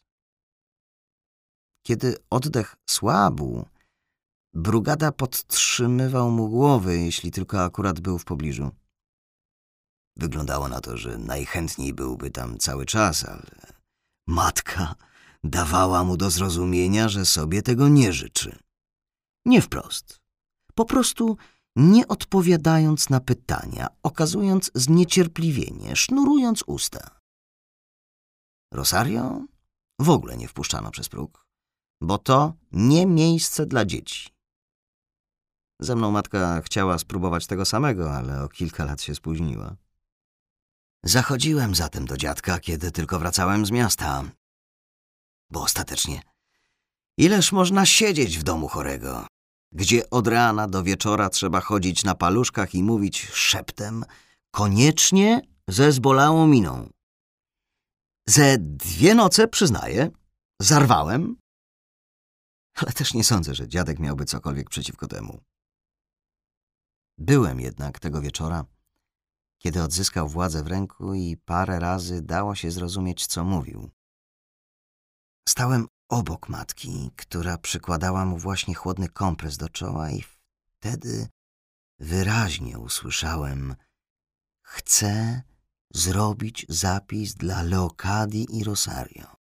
Kiedy oddech słabł, Brugada podtrzymywał mu głowę, jeśli tylko akurat był w pobliżu. Wyglądało na to, że najchętniej byłby tam cały czas, ale matka dawała mu do zrozumienia, że sobie tego nie życzy. Nie wprost. Po prostu nie odpowiadając na pytania, okazując zniecierpliwienie, sznurując usta. Rosario w ogóle nie wpuszczano przez próg, bo to nie miejsce dla dzieci. Ze mną matka chciała spróbować tego samego, ale o kilka lat się spóźniła. Zachodziłem zatem do dziadka, kiedy tylko wracałem z miasta. Bo ostatecznie, ileż można siedzieć w domu chorego, gdzie od rana do wieczora trzeba chodzić na paluszkach i mówić szeptem, koniecznie ze zbolałą miną. Ze 2 noce, przyznaję, zarwałem, ale też nie sądzę, że dziadek miałby cokolwiek przeciwko temu. Byłem jednak tego wieczora, kiedy odzyskał władzę w ręku i parę razy dało się zrozumieć, co mówił. Stałem obok matki, która przykładała mu właśnie chłodny kompres do czoła i wtedy wyraźnie usłyszałem: chcę zrobić zapis dla Leokadii i Rosario.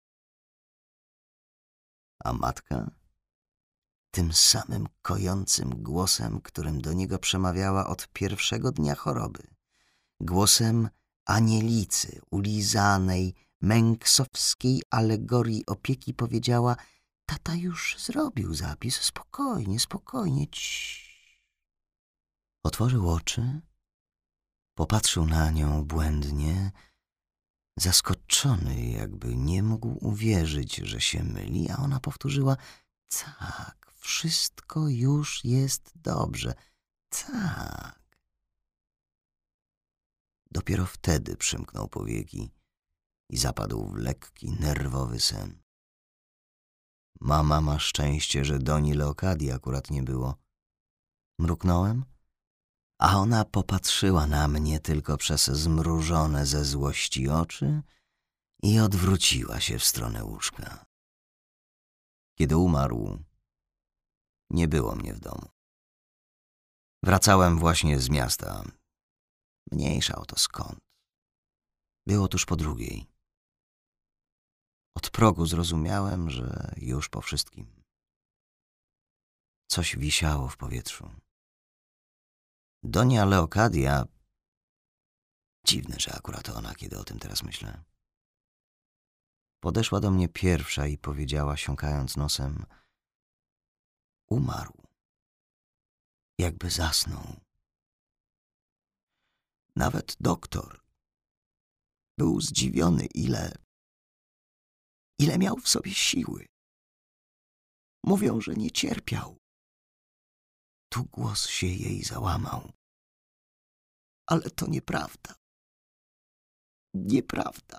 A matka tym samym kojącym głosem, którym do niego przemawiała od pierwszego dnia choroby, głosem anielicy, ulizanej, męksowskiej alegorii opieki, powiedziała: tata już zrobił zapis, spokojnie, spokojnie. Otworzył oczy, popatrzył na nią błędnie, zaskoczony, jakby nie mógł uwierzyć, że się myli, a ona powtórzyła: tak, wszystko już jest dobrze, tak. Dopiero wtedy przymknął powieki i zapadł w lekki, nerwowy sen. Mama ma szczęście, że doni Leokadii akurat nie było. Mruknąłem, a ona popatrzyła na mnie tylko przez zmrużone ze złości oczy i odwróciła się w stronę łóżka. Kiedy umarł, nie było mnie w domu. Wracałem właśnie z miasta. Mniejsza o to skąd. Było tuż po 2. Od progu zrozumiałem, że już po wszystkim. Coś wisiało w powietrzu. Donia Leokadia... Dziwne, że akurat ona, kiedy o tym teraz myślę. Podeszła do mnie pierwsza i powiedziała, siąkając nosem: umarł. Jakby zasnął. Nawet doktor był zdziwiony, ile miał w sobie siły. Mówią, że nie cierpiał. Tu głos się jej załamał. Ale to nieprawda. Nieprawda.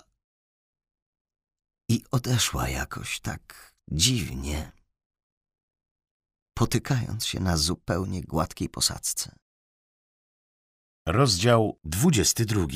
I odeszła jakoś tak dziwnie, potykając się na zupełnie gładkiej posadzce. Rozdział 22.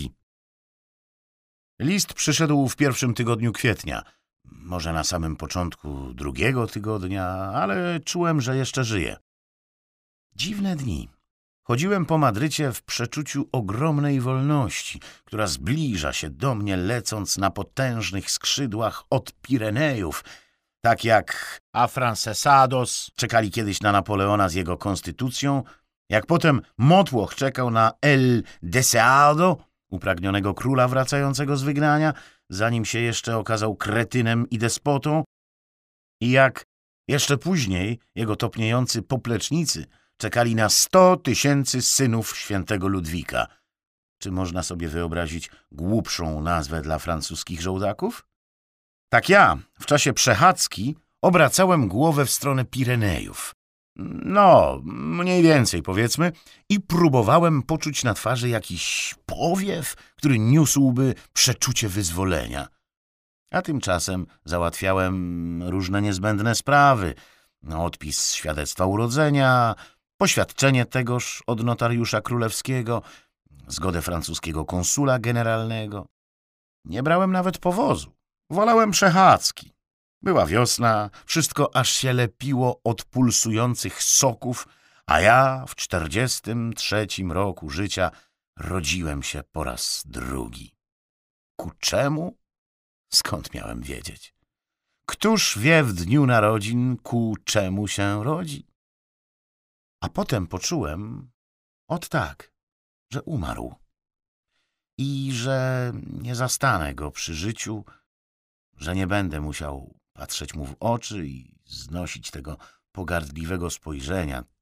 List przyszedł w 1. tygodniu kwietnia. Może na samym początku 2. tygodnia, ale czułem, że jeszcze żyję. Dziwne dni. Chodziłem po Madrycie w przeczuciu ogromnej wolności, która zbliża się do mnie, lecąc na potężnych skrzydłach od Pirenejów, tak jak afrancesados czekali kiedyś na Napoleona z jego konstytucją, jak potem Motłoch czekał na El Deseado, upragnionego króla wracającego z wygnania, zanim się jeszcze okazał kretynem i despotą, i jak jeszcze później jego topniejący poplecznicy czekali na 100 000 synów świętego Ludwika. Czy można sobie wyobrazić głupszą nazwę dla francuskich żołdaków? Tak ja w czasie przechadzki obracałem głowę w stronę Pirenejów. No, mniej więcej powiedzmy, i próbowałem poczuć na twarzy jakiś powiew, który niósłby przeczucie wyzwolenia. A tymczasem załatwiałem różne niezbędne sprawy. Odpis świadectwa urodzenia, poświadczenie tegoż od notariusza królewskiego, zgodę francuskiego konsula generalnego. Nie brałem nawet powozu. Wolałem przechadzki. Była wiosna, wszystko aż się lepiło od pulsujących soków, a ja w 43. roku życia rodziłem się po raz 2. Ku czemu? Skąd miałem wiedzieć? Któż wie w dniu narodzin, ku czemu się rodzi? A potem poczułem, tak, że umarł i że nie zastanę go przy życiu, że nie będę musiał patrzeć mu w oczy i znosić tego pogardliwego spojrzenia,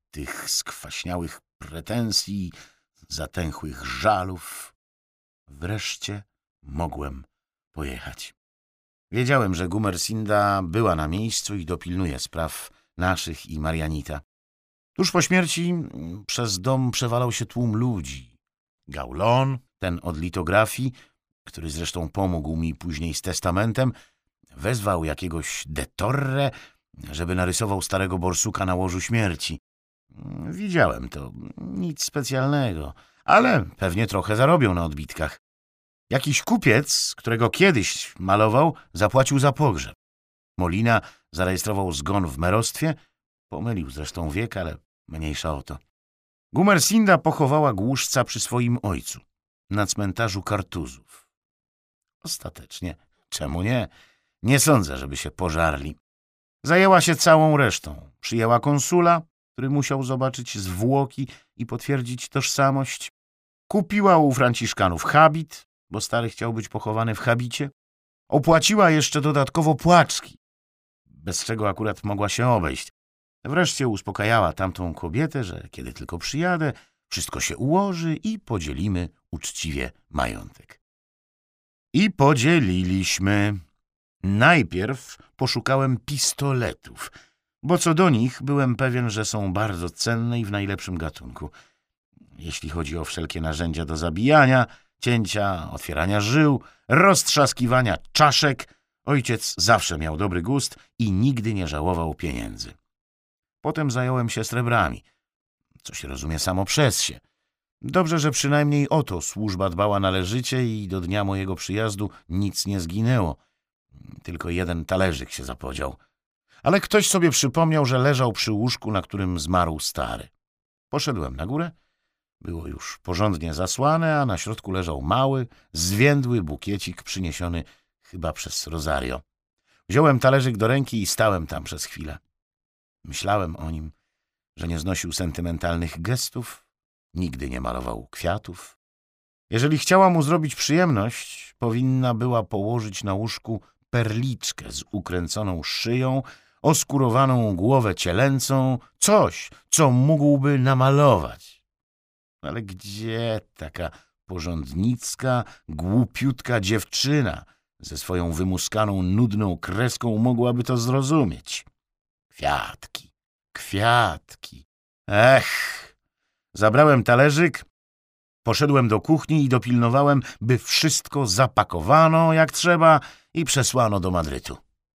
tych skwaśniałych pretensji, zatęchłych żalów. Wreszcie mogłem pojechać. Wiedziałem, że Gumersinda była na miejscu i dopilnuje spraw naszych i Marianita. Tuż po śmierci przez dom przewalał się tłum ludzi. Gaulon, ten od litografii, który zresztą pomógł mi później z testamentem, wezwał jakiegoś de Torre, żeby narysował starego borsuka na łożu śmierci. Widziałem to, nic specjalnego, ale pewnie trochę zarobią na odbitkach. Jakiś kupiec, którego kiedyś malował, zapłacił za pogrzeb. Molina zarejestrował zgon w merostwie, pomylił zresztą wiek, ale mniejsza o to. Gumersinda pochowała głuszca przy swoim ojcu, na cmentarzu Kartuzów. Ostatecznie, czemu nie? Nie sądzę, żeby się pożarli. Zajęła się całą resztą. Przyjęła konsula, który musiał zobaczyć zwłoki i potwierdzić tożsamość. Kupiła u franciszkanów habit, bo stary chciał być pochowany w habicie. Opłaciła jeszcze dodatkowo płaczki, bez czego akurat mogła się obejść. Wreszcie uspokajała tamtą kobietę, że kiedy tylko przyjadę, wszystko się ułoży i podzielimy uczciwie majątek. I podzieliliśmy. Najpierw poszukałem pistoletów, bo co do nich byłem pewien, że są bardzo cenne i w najlepszym gatunku. Jeśli chodzi o wszelkie narzędzia do zabijania, cięcia, otwierania żył, roztrzaskiwania czaszek, ojciec zawsze miał dobry gust i nigdy nie żałował pieniędzy. Potem zająłem się srebrami, co się rozumie samo przez się. Dobrze, że przynajmniej o to służba dbała należycie i do dnia mojego przyjazdu nic nie zginęło. Tylko jeden talerzyk się zapodział. Ale ktoś sobie przypomniał, że leżał przy łóżku, na którym zmarł stary. Poszedłem na górę. Było już porządnie zasłane, a na środku leżał mały, zwiędły bukiecik przyniesiony chyba przez Rosario. Wziąłem talerzyk do ręki i stałem tam przez chwilę. Myślałem o nim, że nie znosił sentymentalnych gestów, nigdy nie malował kwiatów. Jeżeli chciała mu zrobić przyjemność, powinna była położyć na łóżku perliczkę z ukręconą szyją, oskurowaną głowę cielęcą, coś, co mógłby namalować. Ale gdzie taka porządnicka, głupiutka dziewczyna ze swoją wymuskaną, nudną kreską mogłaby to zrozumieć? Kwiatki, kwiatki. Ech! Zabrałem talerzyk, poszedłem do kuchni i dopilnowałem, by wszystko zapakowano jak trzeba i przesłano do Madrytu.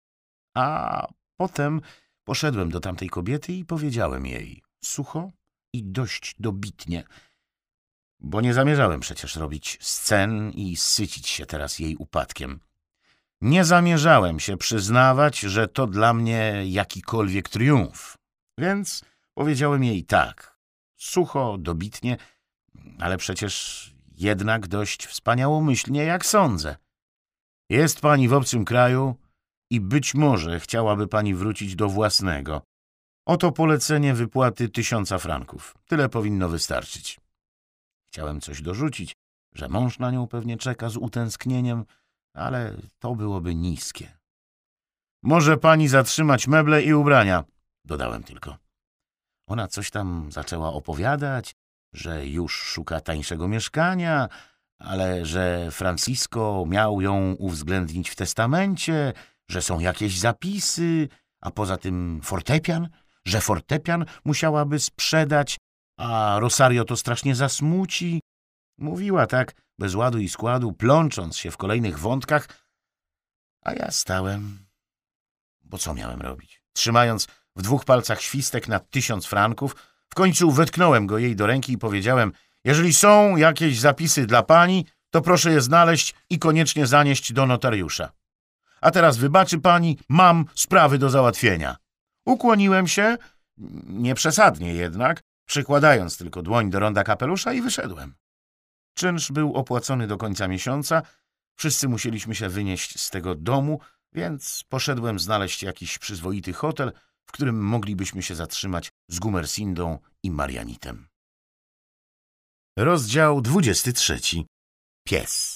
A potem poszedłem do tamtej kobiety i powiedziałem jej sucho i dość dobitnie, bo nie zamierzałem przecież robić scen i sycić się teraz jej upadkiem. Nie zamierzałem się przyznawać, że to dla mnie jakikolwiek triumf, więc powiedziałem jej tak, sucho, dobitnie, ale przecież jednak dość wspaniałomyślnie, jak sądzę. Jest pani w obcym kraju i być może chciałaby pani wrócić do własnego. Oto polecenie wypłaty 1000 franków. Tyle powinno wystarczyć. Chciałem coś dorzucić, że mąż na nią pewnie czeka z utęsknieniem, ale to byłoby niskie. Może pani zatrzymać meble i ubrania, dodałem tylko. Ona coś tam zaczęła opowiadać, że już szuka tańszego mieszkania, ale że Francisco miał ją uwzględnić w testamencie, że są jakieś zapisy, a poza tym fortepian, że fortepian musiałaby sprzedać, a Rosario to strasznie zasmuci. Mówiła tak, bez ładu i składu, plącząc się w kolejnych wątkach, a ja stałem, bo co miałem robić? Trzymając w 2 palcach świstek na 1000 franków, w końcu wetknąłem go jej do ręki i powiedziałem, jeżeli są jakieś zapisy dla pani, to proszę je znaleźć i koniecznie zanieść do notariusza. A teraz wybaczy pani, mam sprawy do załatwienia. Ukłoniłem się, nieprzesadnie jednak, przykładając tylko dłoń do ronda kapelusza i wyszedłem. Czynsz był opłacony do końca miesiąca, wszyscy musieliśmy się wynieść z tego domu, więc poszedłem znaleźć jakiś przyzwoity hotel, w którym moglibyśmy się zatrzymać z Gumersindą i Marianitem. Rozdział 23. Pies.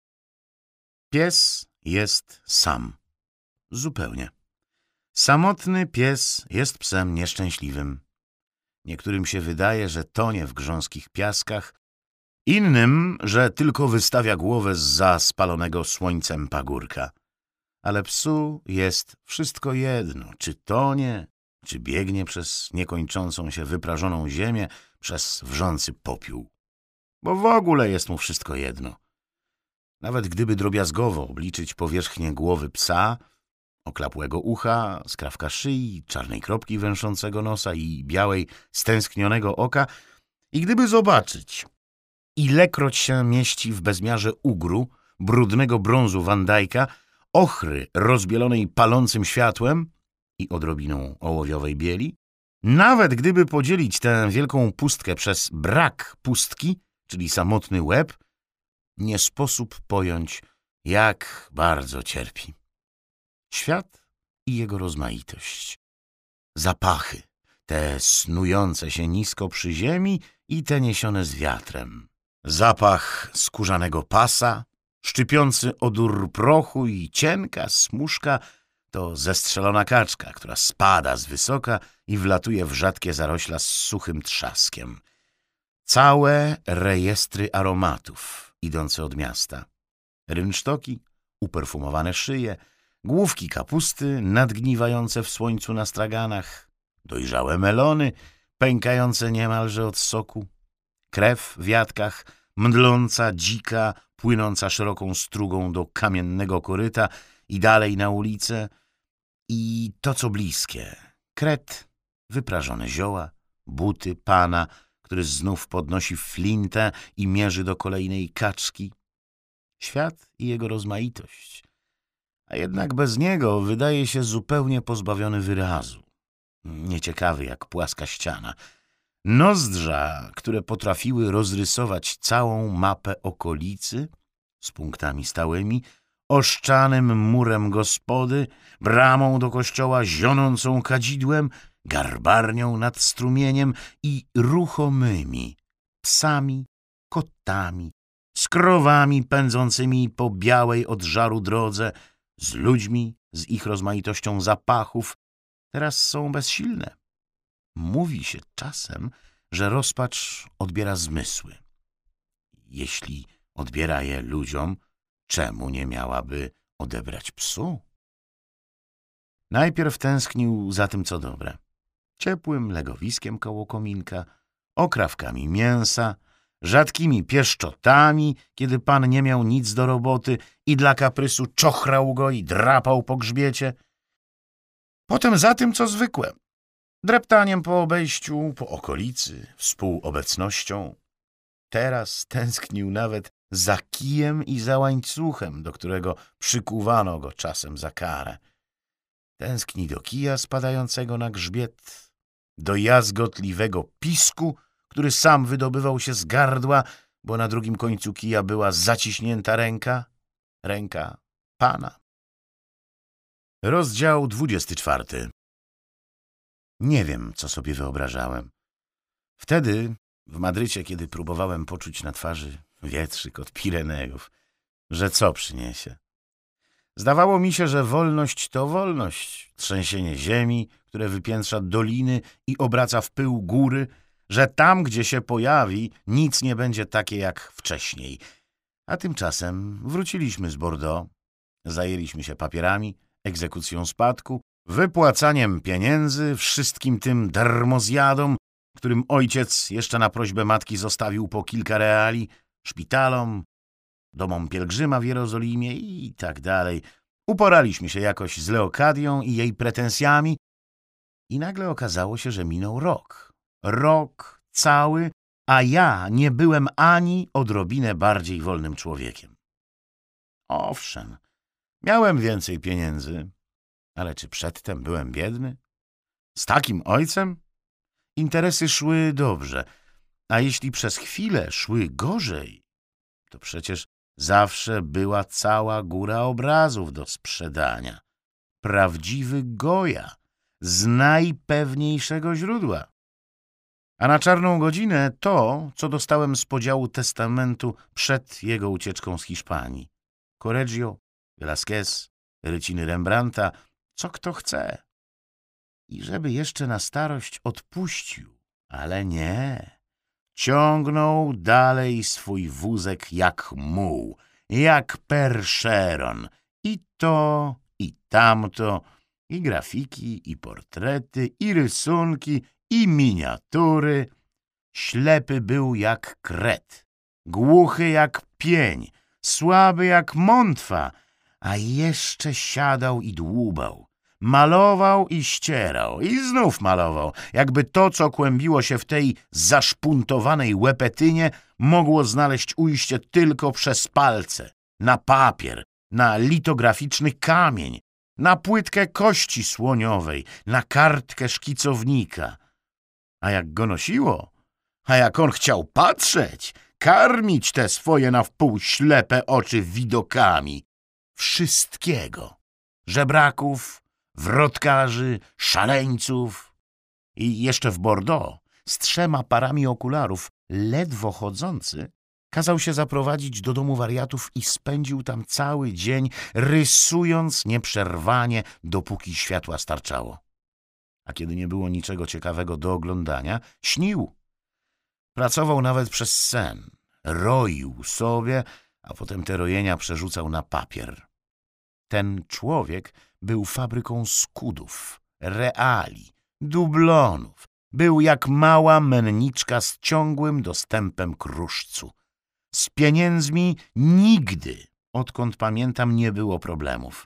Pies jest sam. Zupełnie. Samotny pies jest psem nieszczęśliwym. Niektórym się wydaje, że tonie w grząskich piaskach, innym, że tylko wystawia głowę zza spalonego słońcem pagórka. Ale psu jest wszystko jedno, czy tonie, czy biegnie przez niekończącą się wyprażoną ziemię, przez wrzący popiół. Bo w ogóle jest mu wszystko jedno. Nawet gdyby drobiazgowo obliczyć powierzchnię głowy psa, oklapłego ucha, skrawka szyi, czarnej kropki węszącego nosa i białej, stęsknionego oka, i gdyby zobaczyć, ilekroć się mieści w bezmiarze ugru, brudnego brązu Van Dyka, ochry rozbielonej palącym światłem i odrobiną ołowiowej bieli, nawet gdyby podzielić tę wielką pustkę przez brak pustki, czyli samotny łeb, nie sposób pojąć, jak bardzo cierpi. Świat i jego rozmaitość. Zapachy, te snujące się nisko przy ziemi i te niesione z wiatrem. Zapach skórzanego pasa, szczypiący odór prochu i cienka smuszka to zestrzelona kaczka, która spada z wysoka i wlatuje w rzadkie zarośla z suchym trzaskiem. Całe rejestry aromatów idące od miasta. Rynsztoki, uperfumowane szyje, główki kapusty nadgniwające w słońcu na straganach, dojrzałe melony pękające niemalże od soku, krew w jatkach, mdląca, dzika, płynąca szeroką strugą do kamiennego koryta i dalej na ulicę, i to, co bliskie, kret, wyprażone zioła, buty pana, który znów podnosi flintę i mierzy do kolejnej kaczki. Świat i jego rozmaitość. A jednak bez niego wydaje się zupełnie pozbawiony wyrazu. Nieciekawy jak płaska ściana. Nozdrza, które potrafiły rozrysować całą mapę okolicy z punktami stałymi, oszczanym murem gospody, bramą do kościoła zionącą kadzidłem, garbarnią nad strumieniem i ruchomymi psami, kotami, z krowami pędzącymi po białej od żaru drodze, z ludźmi, z ich rozmaitością zapachów, teraz są bezsilne. Mówi się czasem, że rozpacz odbiera zmysły. Jeśli odbiera je ludziom, czemu nie miałaby odebrać psu? Najpierw tęsknił za tym, co dobre. Ciepłym legowiskiem koło kominka, okrawkami mięsa, rzadkimi pieszczotami, kiedy pan nie miał nic do roboty i dla kaprysu czochrał go i drapał po grzbiecie. Potem za tym, co zwykłe. Dreptaniem po obejściu, po okolicy, współobecnością. Teraz tęsknił nawet za kijem i za łańcuchem, do którego przykuwano go czasem za karę. Tęskni do kija spadającego na grzbiet, do jazgotliwego pisku, który sam wydobywał się z gardła, bo na drugim końcu kija była zaciśnięta ręka pana. Rozdział 24. Nie wiem, co sobie wyobrażałem. Wtedy, w Madrycie, kiedy próbowałem poczuć na twarzy wietrzyk od Pirenejów, że co przyniesie. Zdawało mi się, że wolność to wolność, trzęsienie ziemi, które wypiętrza doliny i obraca w pył góry, że tam, gdzie się pojawi, nic nie będzie takie jak wcześniej. A tymczasem wróciliśmy z Bordeaux, zajęliśmy się papierami, egzekucją spadku, wypłacaniem pieniędzy, wszystkim tym darmozjadom, którym ojciec jeszcze na prośbę matki zostawił po kilka reali, szpitalom, domom pielgrzyma w Jerozolimie i tak dalej. Uporaliśmy się jakoś z Leokadią i jej pretensjami i nagle okazało się, że minął rok. Rok cały, a ja nie byłem ani odrobinę bardziej wolnym człowiekiem. Owszem, miałem więcej pieniędzy, ale czy przedtem byłem biedny? Z takim ojcem? Interesy szły dobrze, a jeśli przez chwilę szły gorzej, to przecież zawsze była cała góra obrazów do sprzedania. Prawdziwy Goja, z najpewniejszego źródła. A na czarną godzinę to, co dostałem z podziału testamentu przed jego ucieczką z Hiszpanii. Correggio, Velázquez, ryciny Rembrandta, co kto chce. I żeby jeszcze na starość odpuścił Ale nie. Ciągnął dalej swój wózek jak muł, jak perszeron. I to, i tamto, i grafiki, i portrety, i rysunki, i miniatury. Ślepy był jak kret, głuchy jak pień, słaby jak mątwa, a jeszcze siadał i dłubał. Malował i ścierał, i znów malował, jakby to, co kłębiło się w tej zaszpuntowanej łepetynie, mogło znaleźć ujście tylko przez palce, na papier, na litograficzny kamień, na płytkę kości słoniowej, na kartkę szkicownika. A jak go nosiło, a jak on chciał patrzeć, karmić te swoje na wpół ślepe oczy widokami wszystkiego, żebraków, wrotkarzy, szaleńców i jeszcze w Bordeaux z 3 parami okularów, ledwo chodzący, kazał się zaprowadzić do domu wariatów i spędził tam cały dzień, rysując nieprzerwanie, dopóki światła starczało. A kiedy nie było niczego ciekawego do oglądania, śnił. Pracował nawet przez sen, roił sobie, a potem te rojenia przerzucał na papier. Ten człowiek był fabryką skudów, reali, dublonów. Był jak mała menniczka z ciągłym dostępem kruszcu. Z pieniędzmi nigdy, odkąd pamiętam, nie było problemów.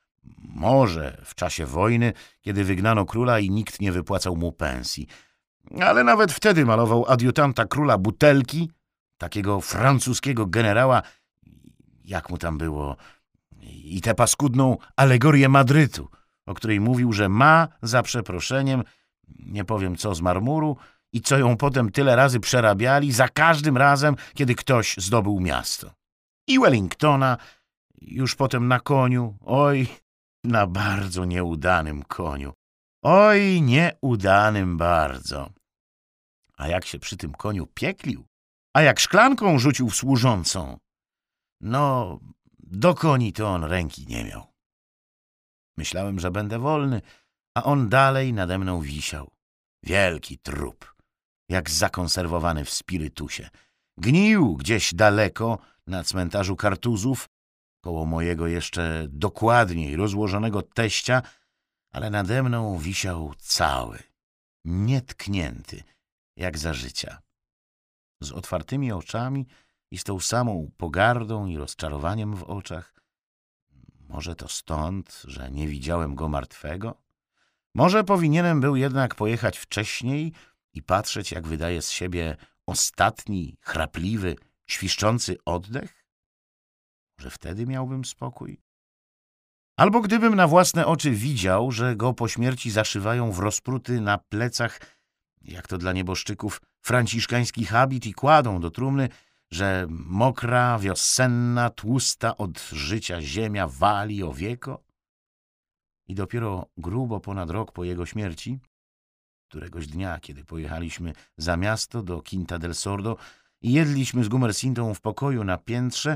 Może w czasie wojny, kiedy wygnano króla i nikt nie wypłacał mu pensji. Ale nawet wtedy malował adiutanta króla Butelki, takiego francuskiego generała, jak mu tam było, i tę paskudną alegorię Madrytu, o której mówił, że ma, za przeproszeniem, nie powiem co z marmuru, i co ją potem tyle razy przerabiali, za każdym razem, kiedy ktoś zdobył miasto. I Wellingtona, już potem na koniu, oj, na bardzo nieudanym koniu. Oj, nieudanym bardzo. A jak się przy tym koniu pieklił, a jak szklanką rzucił w służącą, no, do koni to on ręki nie miał. Myślałem, że będę wolny, a on dalej nade mną wisiał. Wielki trup, jak zakonserwowany w spirytusie. Gnił gdzieś daleko na cmentarzu Kartuzów, koło mojego jeszcze dokładniej rozłożonego teścia, ale nade mną wisiał cały, nietknięty, jak za życia. Z otwartymi oczami i z tą samą pogardą i rozczarowaniem w oczach. Może to stąd, że nie widziałem go martwego? Może powinienem był jednak pojechać wcześniej i patrzeć, jak wydaje z siebie ostatni, chrapliwy, świszczący oddech? Może wtedy miałbym spokój? Albo gdybym na własne oczy widział, że go po śmierci zaszywają w rozpruty na plecach, jak to dla nieboszczyków, franciszkański habit i kładą do trumny, że mokra, wiosenna, tłusta od życia ziemia wali o wieko? I dopiero grubo ponad rok po jego śmierci, któregoś dnia, kiedy pojechaliśmy za miasto do Quinta del Sordo i jedliśmy z Gumersintą w pokoju na piętrze,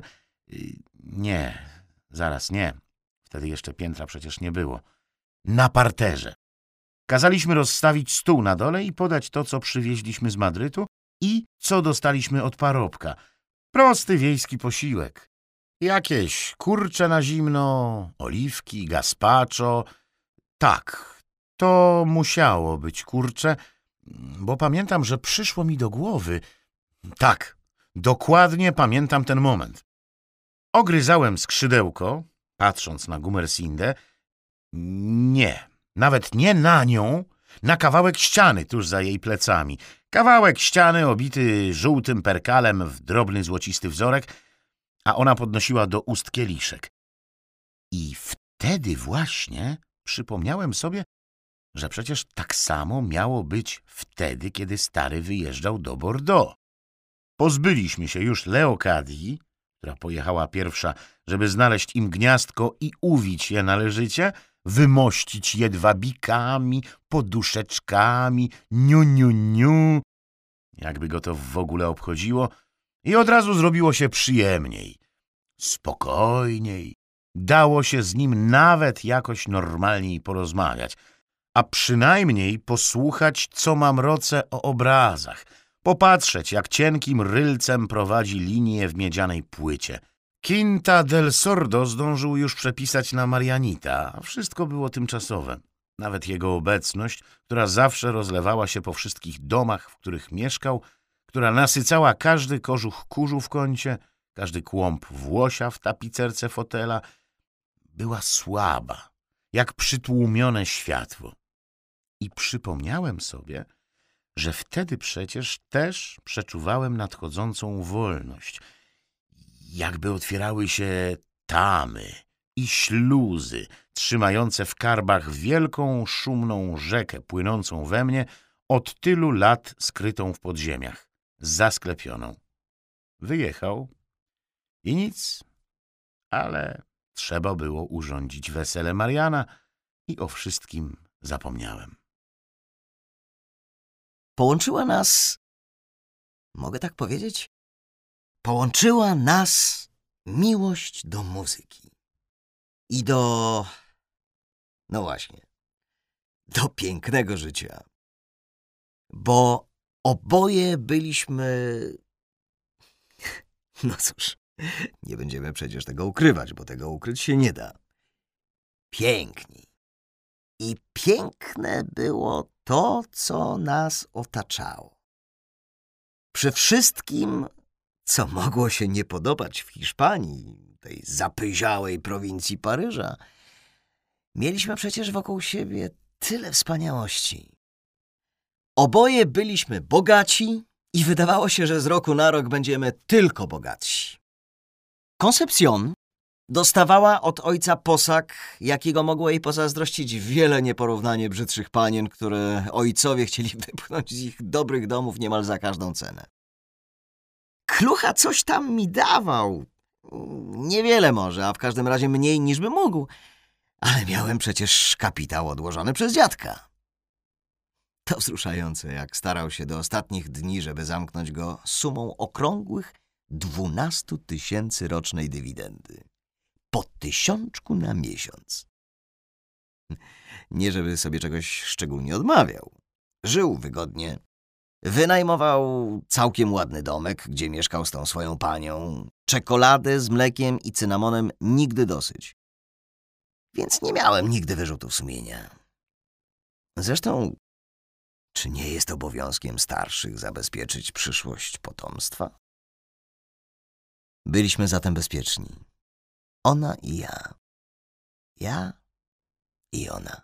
nie, zaraz nie, wtedy jeszcze piętra przecież nie było, na parterze. Kazaliśmy rozstawić stół na dole i podać to, co przywieźliśmy z Madrytu i co dostaliśmy od parobka. Prosty wiejski posiłek. Jakieś kurcze na zimno, oliwki, gazpacho. Tak, to musiało być kurcze, bo pamiętam, że przyszło mi do głowy. Tak, dokładnie pamiętam ten moment. Ogryzałem skrzydełko, patrząc na Gumersindę. Nie, nawet nie na nią, na kawałek ściany tuż za jej plecami. Kawałek ściany obity żółtym perkalem w drobny złocisty wzorek, a ona podnosiła do ust kieliszek. I wtedy właśnie przypomniałem sobie, że przecież tak samo miało być wtedy, kiedy stary wyjeżdżał do Bordeaux. Pozbyliśmy się już Leokadii, która pojechała pierwsza, żeby znaleźć im gniazdko i uwić je należycie, wymościć jedwabikami, poduszeczkami, niu, jakby go to w ogóle obchodziło, i od razu zrobiło się przyjemniej, spokojniej, dało się z nim nawet jakoś normalniej porozmawiać. a przynajmniej posłuchać, co mamroce o obrazach, popatrzeć, jak cienkim rylcem prowadzi linię w miedzianej płycie. Quinta del Sordo zdążył już przepisać na Marianita, a wszystko było tymczasowe. Nawet jego obecność, która zawsze rozlewała się po wszystkich domach, w których mieszkał, która nasycała każdy kożuch kurzu w kącie, każdy kłąb włosia w tapicerce fotela, była słaba, jak przytłumione światło. I przypomniałem sobie, że wtedy przecież też przeczuwałem nadchodzącą wolność. Jakby otwierały się tamy i śluzy, trzymające w karbach wielką, szumną rzekę płynącą we mnie, od tylu lat skrytą w podziemiach, zasklepioną. Wyjechał i nic, ale trzeba było urządzić wesele Mariana i o wszystkim zapomniałem. Połączyła nas, mogę tak powiedzieć? Połączyła nas miłość do muzyki i no właśnie, do pięknego życia. Bo oboje byliśmy, no cóż, nie będziemy przecież tego ukrywać, bo tego ukryć się nie da. Piękni. I piękne było to, co nas otaczało. Przy wszystkim, co mogło się nie podobać w Hiszpanii, tej zapyziałej prowincji Paryża, mieliśmy przecież wokół siebie tyle wspaniałości. Oboje byliśmy bogaci i wydawało się, że z roku na rok będziemy tylko bogatsi. Concepción dostawała od ojca posag, jakiego mogło jej pozazdrościć wiele nieporównanie brzydszych panien, które ojcowie chcieli wypchnąć z ich dobrych domów niemal za każdą cenę. Klucha coś tam mi dawał. Niewiele może, a w każdym razie mniej niż by mógł. Ale miałem przecież kapitał odłożony przez dziadka. To wzruszające, jak starał się do ostatnich dni, żeby zamknąć go sumą okrągłych 12 000 rocznej dywidendy. Po 1000 na miesiąc. Nie żeby sobie czegoś szczególnie odmawiał. Żył wygodnie. Wynajmował całkiem ładny domek, gdzie mieszkał z tą swoją panią. Czekoladę z mlekiem i cynamonem nigdy dosyć. Więc nie miałem nigdy wyrzutów sumienia. Zresztą, czy nie jest obowiązkiem starszych zabezpieczyć przyszłość potomstwa? Byliśmy zatem bezpieczni. Ona i ja. Ja i ona.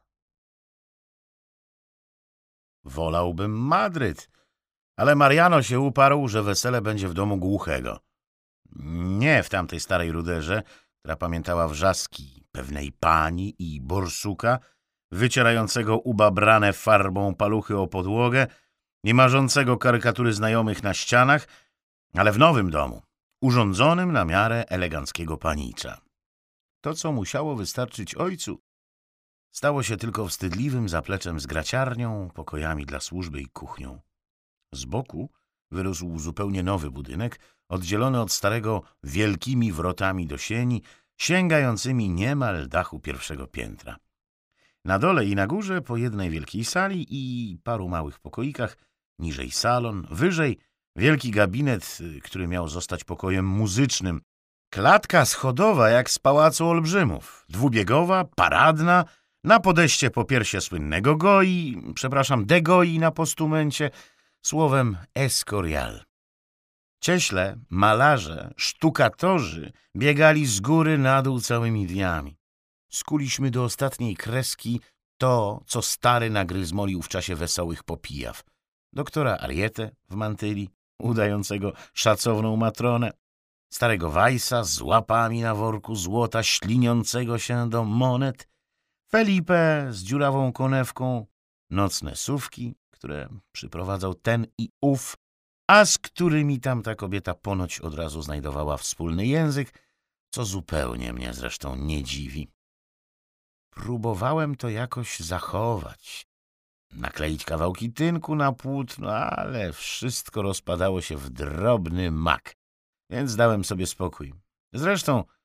Wolałbym Madryt, ale Mariano się uparł, że wesele będzie w domu głuchego. Nie w tamtej starej ruderze, która pamiętała wrzaski pewnej pani i borsuka, wycierającego ubabrane farbą paluchy o podłogę i marzącego karykatury znajomych na ścianach, ale w nowym domu, urządzonym na miarę eleganckiego panicza. To, co musiało wystarczyć ojcu, stało się tylko wstydliwym zapleczem z graciarnią, pokojami dla służby i kuchnią. Z boku wyrósł zupełnie nowy budynek, oddzielony od starego wielkimi wrotami do sieni, sięgającymi niemal dachu pierwszego piętra. Na dole i na górze po jednej wielkiej sali i paru małych pokoikach, niżej salon, wyżej wielki gabinet, który miał zostać pokojem muzycznym, klatka schodowa jak z pałacu olbrzymów, dwubiegowa, paradna, na podejście po piersie słynnego de Goi na postumencie, słowem Escorial. Cieśle, malarze, sztukatorzy biegali z góry na dół całymi dniami. Skuliśmy do ostatniej kreski to, co stary nagryzmolił w czasie wesołych popijaw. Doktora Arietę w mantyli, udającego szacowną matronę, starego Weissa z łapami na worku złota śliniącego się do monet, Felipe z dziurawą konewką, nocne sówki, które przyprowadzał ten i ów, a z którymi tamta kobieta ponoć od razu znajdowała wspólny język, co zupełnie mnie zresztą nie dziwi. Próbowałem to jakoś zachować, nakleić kawałki tynku na płótno, ale wszystko rozpadało się w drobny mak, więc dałem sobie spokój. Zresztą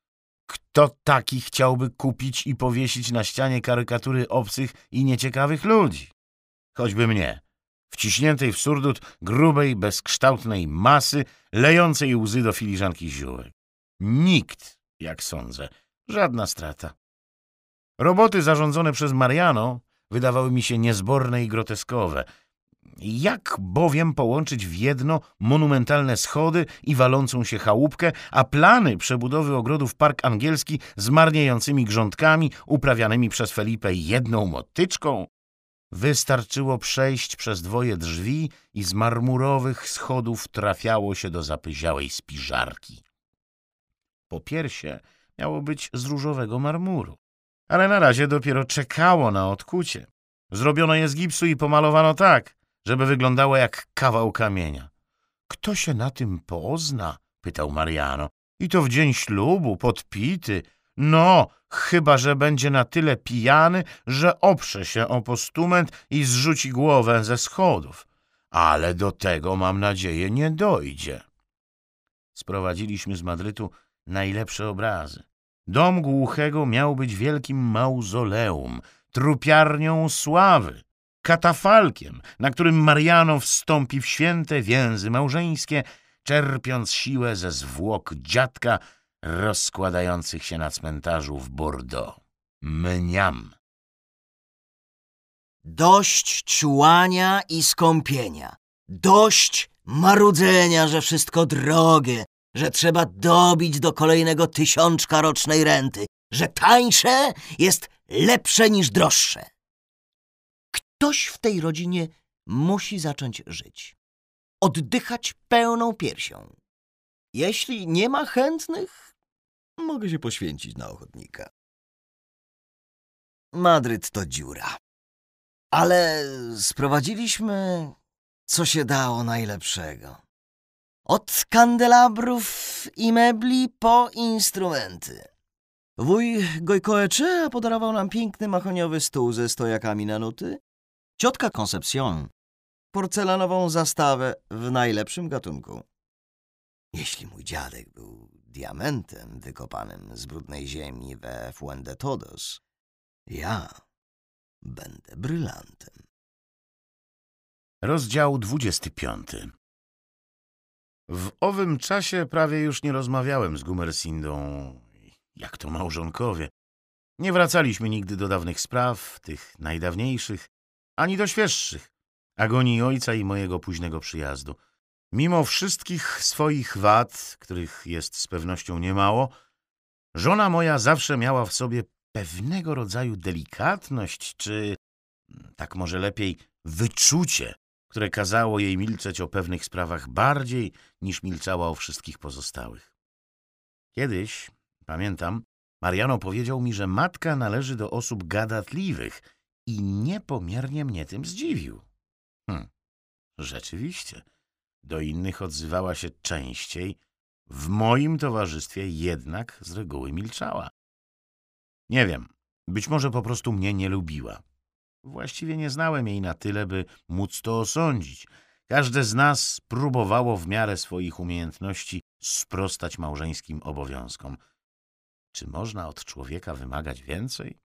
Kto taki chciałby kupić i powiesić na ścianie karykatury obcych i nieciekawych ludzi? Choćby mnie, wciśniętej w surdut grubej, bezkształtnej masy, lejącej łzy do filiżanki ziółek. Nikt, jak sądzę, żadna strata. Roboty zarządzone przez Mariano wydawały mi się niezborne i groteskowe. Jak bowiem połączyć w jedno monumentalne schody i walącą się chałupkę, a plany przebudowy ogrodów Park Angielski z marniejącymi grządkami uprawianymi przez Felipę jedną motyczką? Wystarczyło przejść przez dwoje drzwi i z marmurowych schodów trafiało się do zapyziałej spiżarki. Popiersie miało być z różowego marmuru, ale na razie dopiero czekało na odkucie. Zrobiono je z gipsu i pomalowano tak, żeby wyglądało jak kawał kamienia. Kto się na tym pozna? Pytał Mariano. I to w dzień ślubu, podpity. No, chyba że będzie na tyle pijany, że oprze się o postument i zrzuci głowę ze schodów. Ale do tego, mam nadzieję, nie dojdzie. Sprowadziliśmy z Madrytu najlepsze obrazy. Dom głuchego miał być wielkim mauzoleum, trupiarnią sławy, katafalkiem, na którym Mariano wstąpi w święte więzy małżeńskie, czerpiąc siłę ze zwłok dziadka rozkładających się na cmentarzu w Bordeaux. Mniam. Dość ciułania i skąpienia. Dość marudzenia, że wszystko drogie, że trzeba dobić do kolejnego 1000 rocznej renty, że tańsze jest lepsze niż droższe. Ktoś w tej rodzinie musi zacząć żyć. Oddychać pełną piersią. Jeśli nie ma chętnych, mogę się poświęcić na ochotnika. Madryt to dziura. Ale sprowadziliśmy, co się dało najlepszego. Od kandelabrów i mebli po instrumenty. Wuj Goicoechea podarował nam piękny mahoniowy stół ze stojakami na nuty. Ciotka Concepcion porcelanową zastawę w najlepszym gatunku. Jeśli mój dziadek był diamentem wykopanym z brudnej ziemi we Fuente Todos, ja będę brylantem. Rozdział 25. W owym czasie prawie już nie rozmawiałem z Gumersindą, jak to małżonkowie. Nie wracaliśmy nigdy do dawnych spraw, tych najdawniejszych, ani do świeższych, agonii ojca i mojego późnego przyjazdu. Mimo wszystkich swoich wad, których jest z pewnością niemało, żona moja zawsze miała w sobie pewnego rodzaju delikatność, czy tak może lepiej wyczucie, które kazało jej milczeć o pewnych sprawach bardziej niż milczała o wszystkich pozostałych. Kiedyś, pamiętam, Mariano powiedział mi, że matka należy do osób gadatliwych i niepomiernie mnie tym zdziwił. Rzeczywiście, do innych odzywała się częściej, w moim towarzystwie jednak z reguły milczała. Nie wiem, być może po prostu mnie nie lubiła. Właściwie nie znałem jej na tyle, by móc to osądzić. Każde z nas próbowało w miarę swoich umiejętności sprostać małżeńskim obowiązkom. Czy można od człowieka wymagać więcej?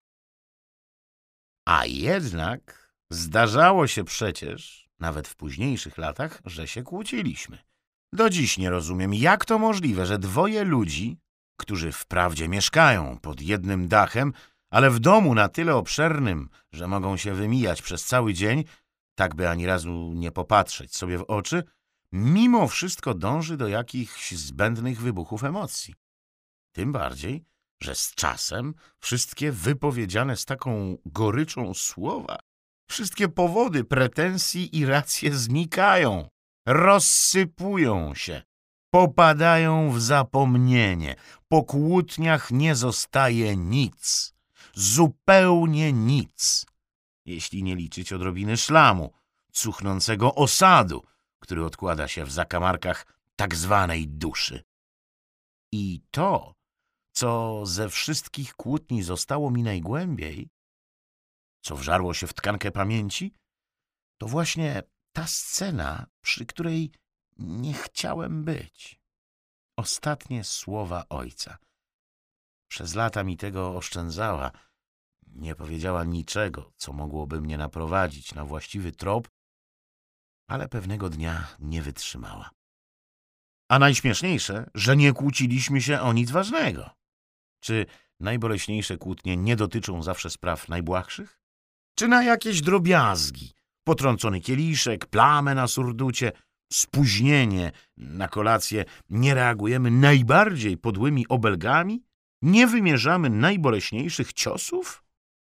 A jednak zdarzało się przecież, nawet w późniejszych latach, że się kłóciliśmy. Do dziś nie rozumiem, jak to możliwe, że dwoje ludzi, którzy wprawdzie mieszkają pod jednym dachem, ale w domu na tyle obszernym, że mogą się wymijać przez cały dzień, tak by ani razu nie popatrzeć sobie w oczy, mimo wszystko dąży do jakichś zbędnych wybuchów emocji. Tym bardziej, że z czasem wszystkie wypowiedziane z taką goryczą słowa, wszystkie powody pretensji i racje znikają, rozsypują się, popadają w zapomnienie. Po kłótniach nie zostaje nic, zupełnie nic, jeśli nie liczyć odrobiny szlamu, cuchnącego osadu, który odkłada się w zakamarkach tak zwanej duszy. I to, co ze wszystkich kłótni zostało mi najgłębiej, co wżarło się w tkankę pamięci, to właśnie ta scena, przy której nie chciałem być. Ostatnie słowa ojca. Przez lata mi tego oszczędzała. Nie powiedziała niczego, co mogłoby mnie naprowadzić na właściwy trop, ale pewnego dnia nie wytrzymała. A najśmieszniejsze, że nie kłóciliśmy się o nic ważnego. Czy najboleśniejsze kłótnie nie dotyczą zawsze spraw najbłahszych? Czy na jakieś drobiazgi, potrącony kieliszek, plamę na surducie, spóźnienie na kolację nie reagujemy najbardziej podłymi obelgami? Nie wymierzamy najboleśniejszych ciosów?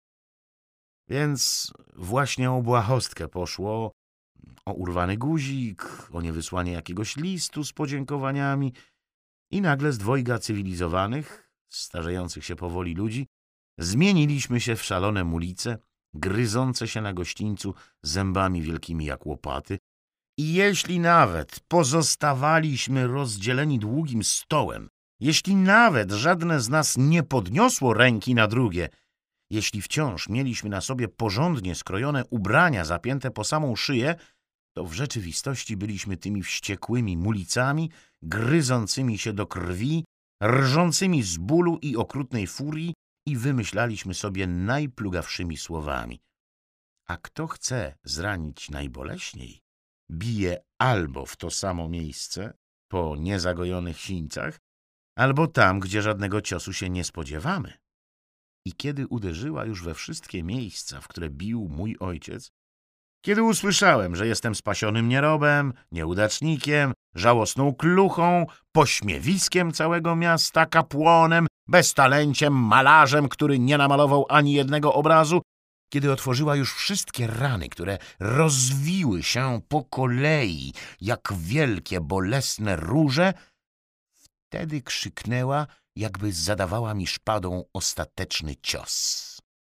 Więc właśnie o błahostkę poszło, o urwany guzik, o niewysłanie jakiegoś listu z podziękowaniami i nagle z dwojga cywilizowanych, starzejących się powoli ludzi zmieniliśmy się w szalone mulice, gryzące się na gościńcu zębami wielkimi jak łopaty. I jeśli nawet pozostawaliśmy rozdzieleni długim stołem, jeśli nawet żadne z nas nie podniosło ręki na drugie, jeśli wciąż mieliśmy na sobie porządnie skrojone ubrania zapięte po samą szyję, to w rzeczywistości byliśmy tymi wściekłymi mulicami, gryzącymi się do krwi, rżącymi z bólu i okrutnej furii i wymyślaliśmy sobie najplugawszymi słowami. A kto chce zranić najboleśniej, bije albo w to samo miejsce, po niezagojonych sińcach, albo tam, gdzie żadnego ciosu się nie spodziewamy. I kiedy uderzyła już we wszystkie miejsca, w które bił mój ojciec, kiedy usłyszałem, że jestem spasionym nierobem, nieudacznikiem, żałosną kluchą, pośmiewiskiem całego miasta, kapłonem, beztalenciem, malarzem, który nie namalował ani jednego obrazu, kiedy otworzyła już wszystkie rany, które rozwiły się po kolei jak wielkie, bolesne róże, wtedy krzyknęła, jakby zadawała mi szpadą ostateczny cios.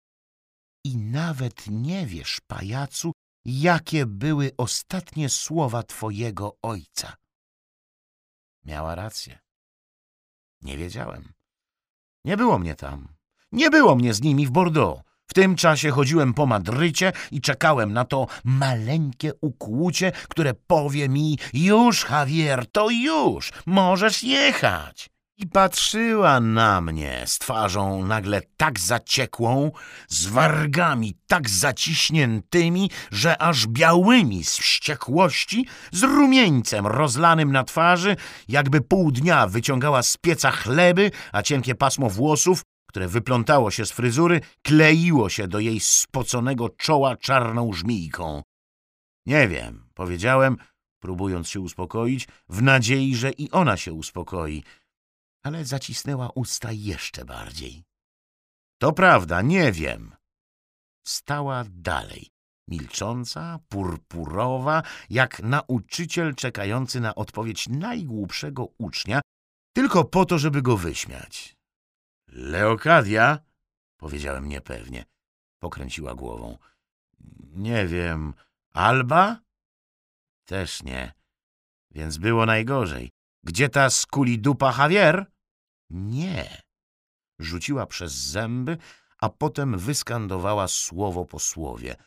I nawet nie wiesz, pajacu, jakie były ostatnie słowa twojego ojca. Miała rację. Nie wiedziałem. Nie było mnie tam. Nie było mnie z nimi w Bordeaux. W tym czasie chodziłem po Madrycie i czekałem na to maleńkie ukłucie, które powie mi: już, Javier, to już, możesz jechać. I patrzyła na mnie z twarzą nagle tak zaciekłą, z wargami tak zaciśniętymi, że aż białymi z wściekłości, z rumieńcem rozlanym na twarzy, jakby pół dnia wyciągała z pieca chleby, a cienkie pasmo włosów, które wyplątało się z fryzury, kleiło się do jej spoconego czoła czarną żmijką. Nie wiem, powiedziałem, próbując się uspokoić, w nadziei, że i ona się uspokoi, ale zacisnęła usta jeszcze bardziej. To prawda, nie wiem. Stała dalej, milcząca, purpurowa, jak nauczyciel czekający na odpowiedź najgłupszego ucznia, tylko po to, żeby go wyśmiać. Leokadia? Powiedziałem niepewnie. Pokręciła głową. Nie wiem. Alba? Też nie. Więc było najgorzej. Gdzie ta skulidupa Javier? Nie. Rzuciła przez zęby, a potem wyskandowała słowo po słowie.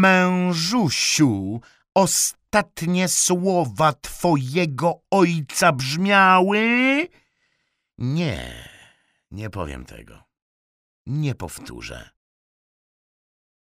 Mężusiu, ostatnie słowa twojego ojca brzmiały? Nie, nie powiem tego. Nie powtórzę.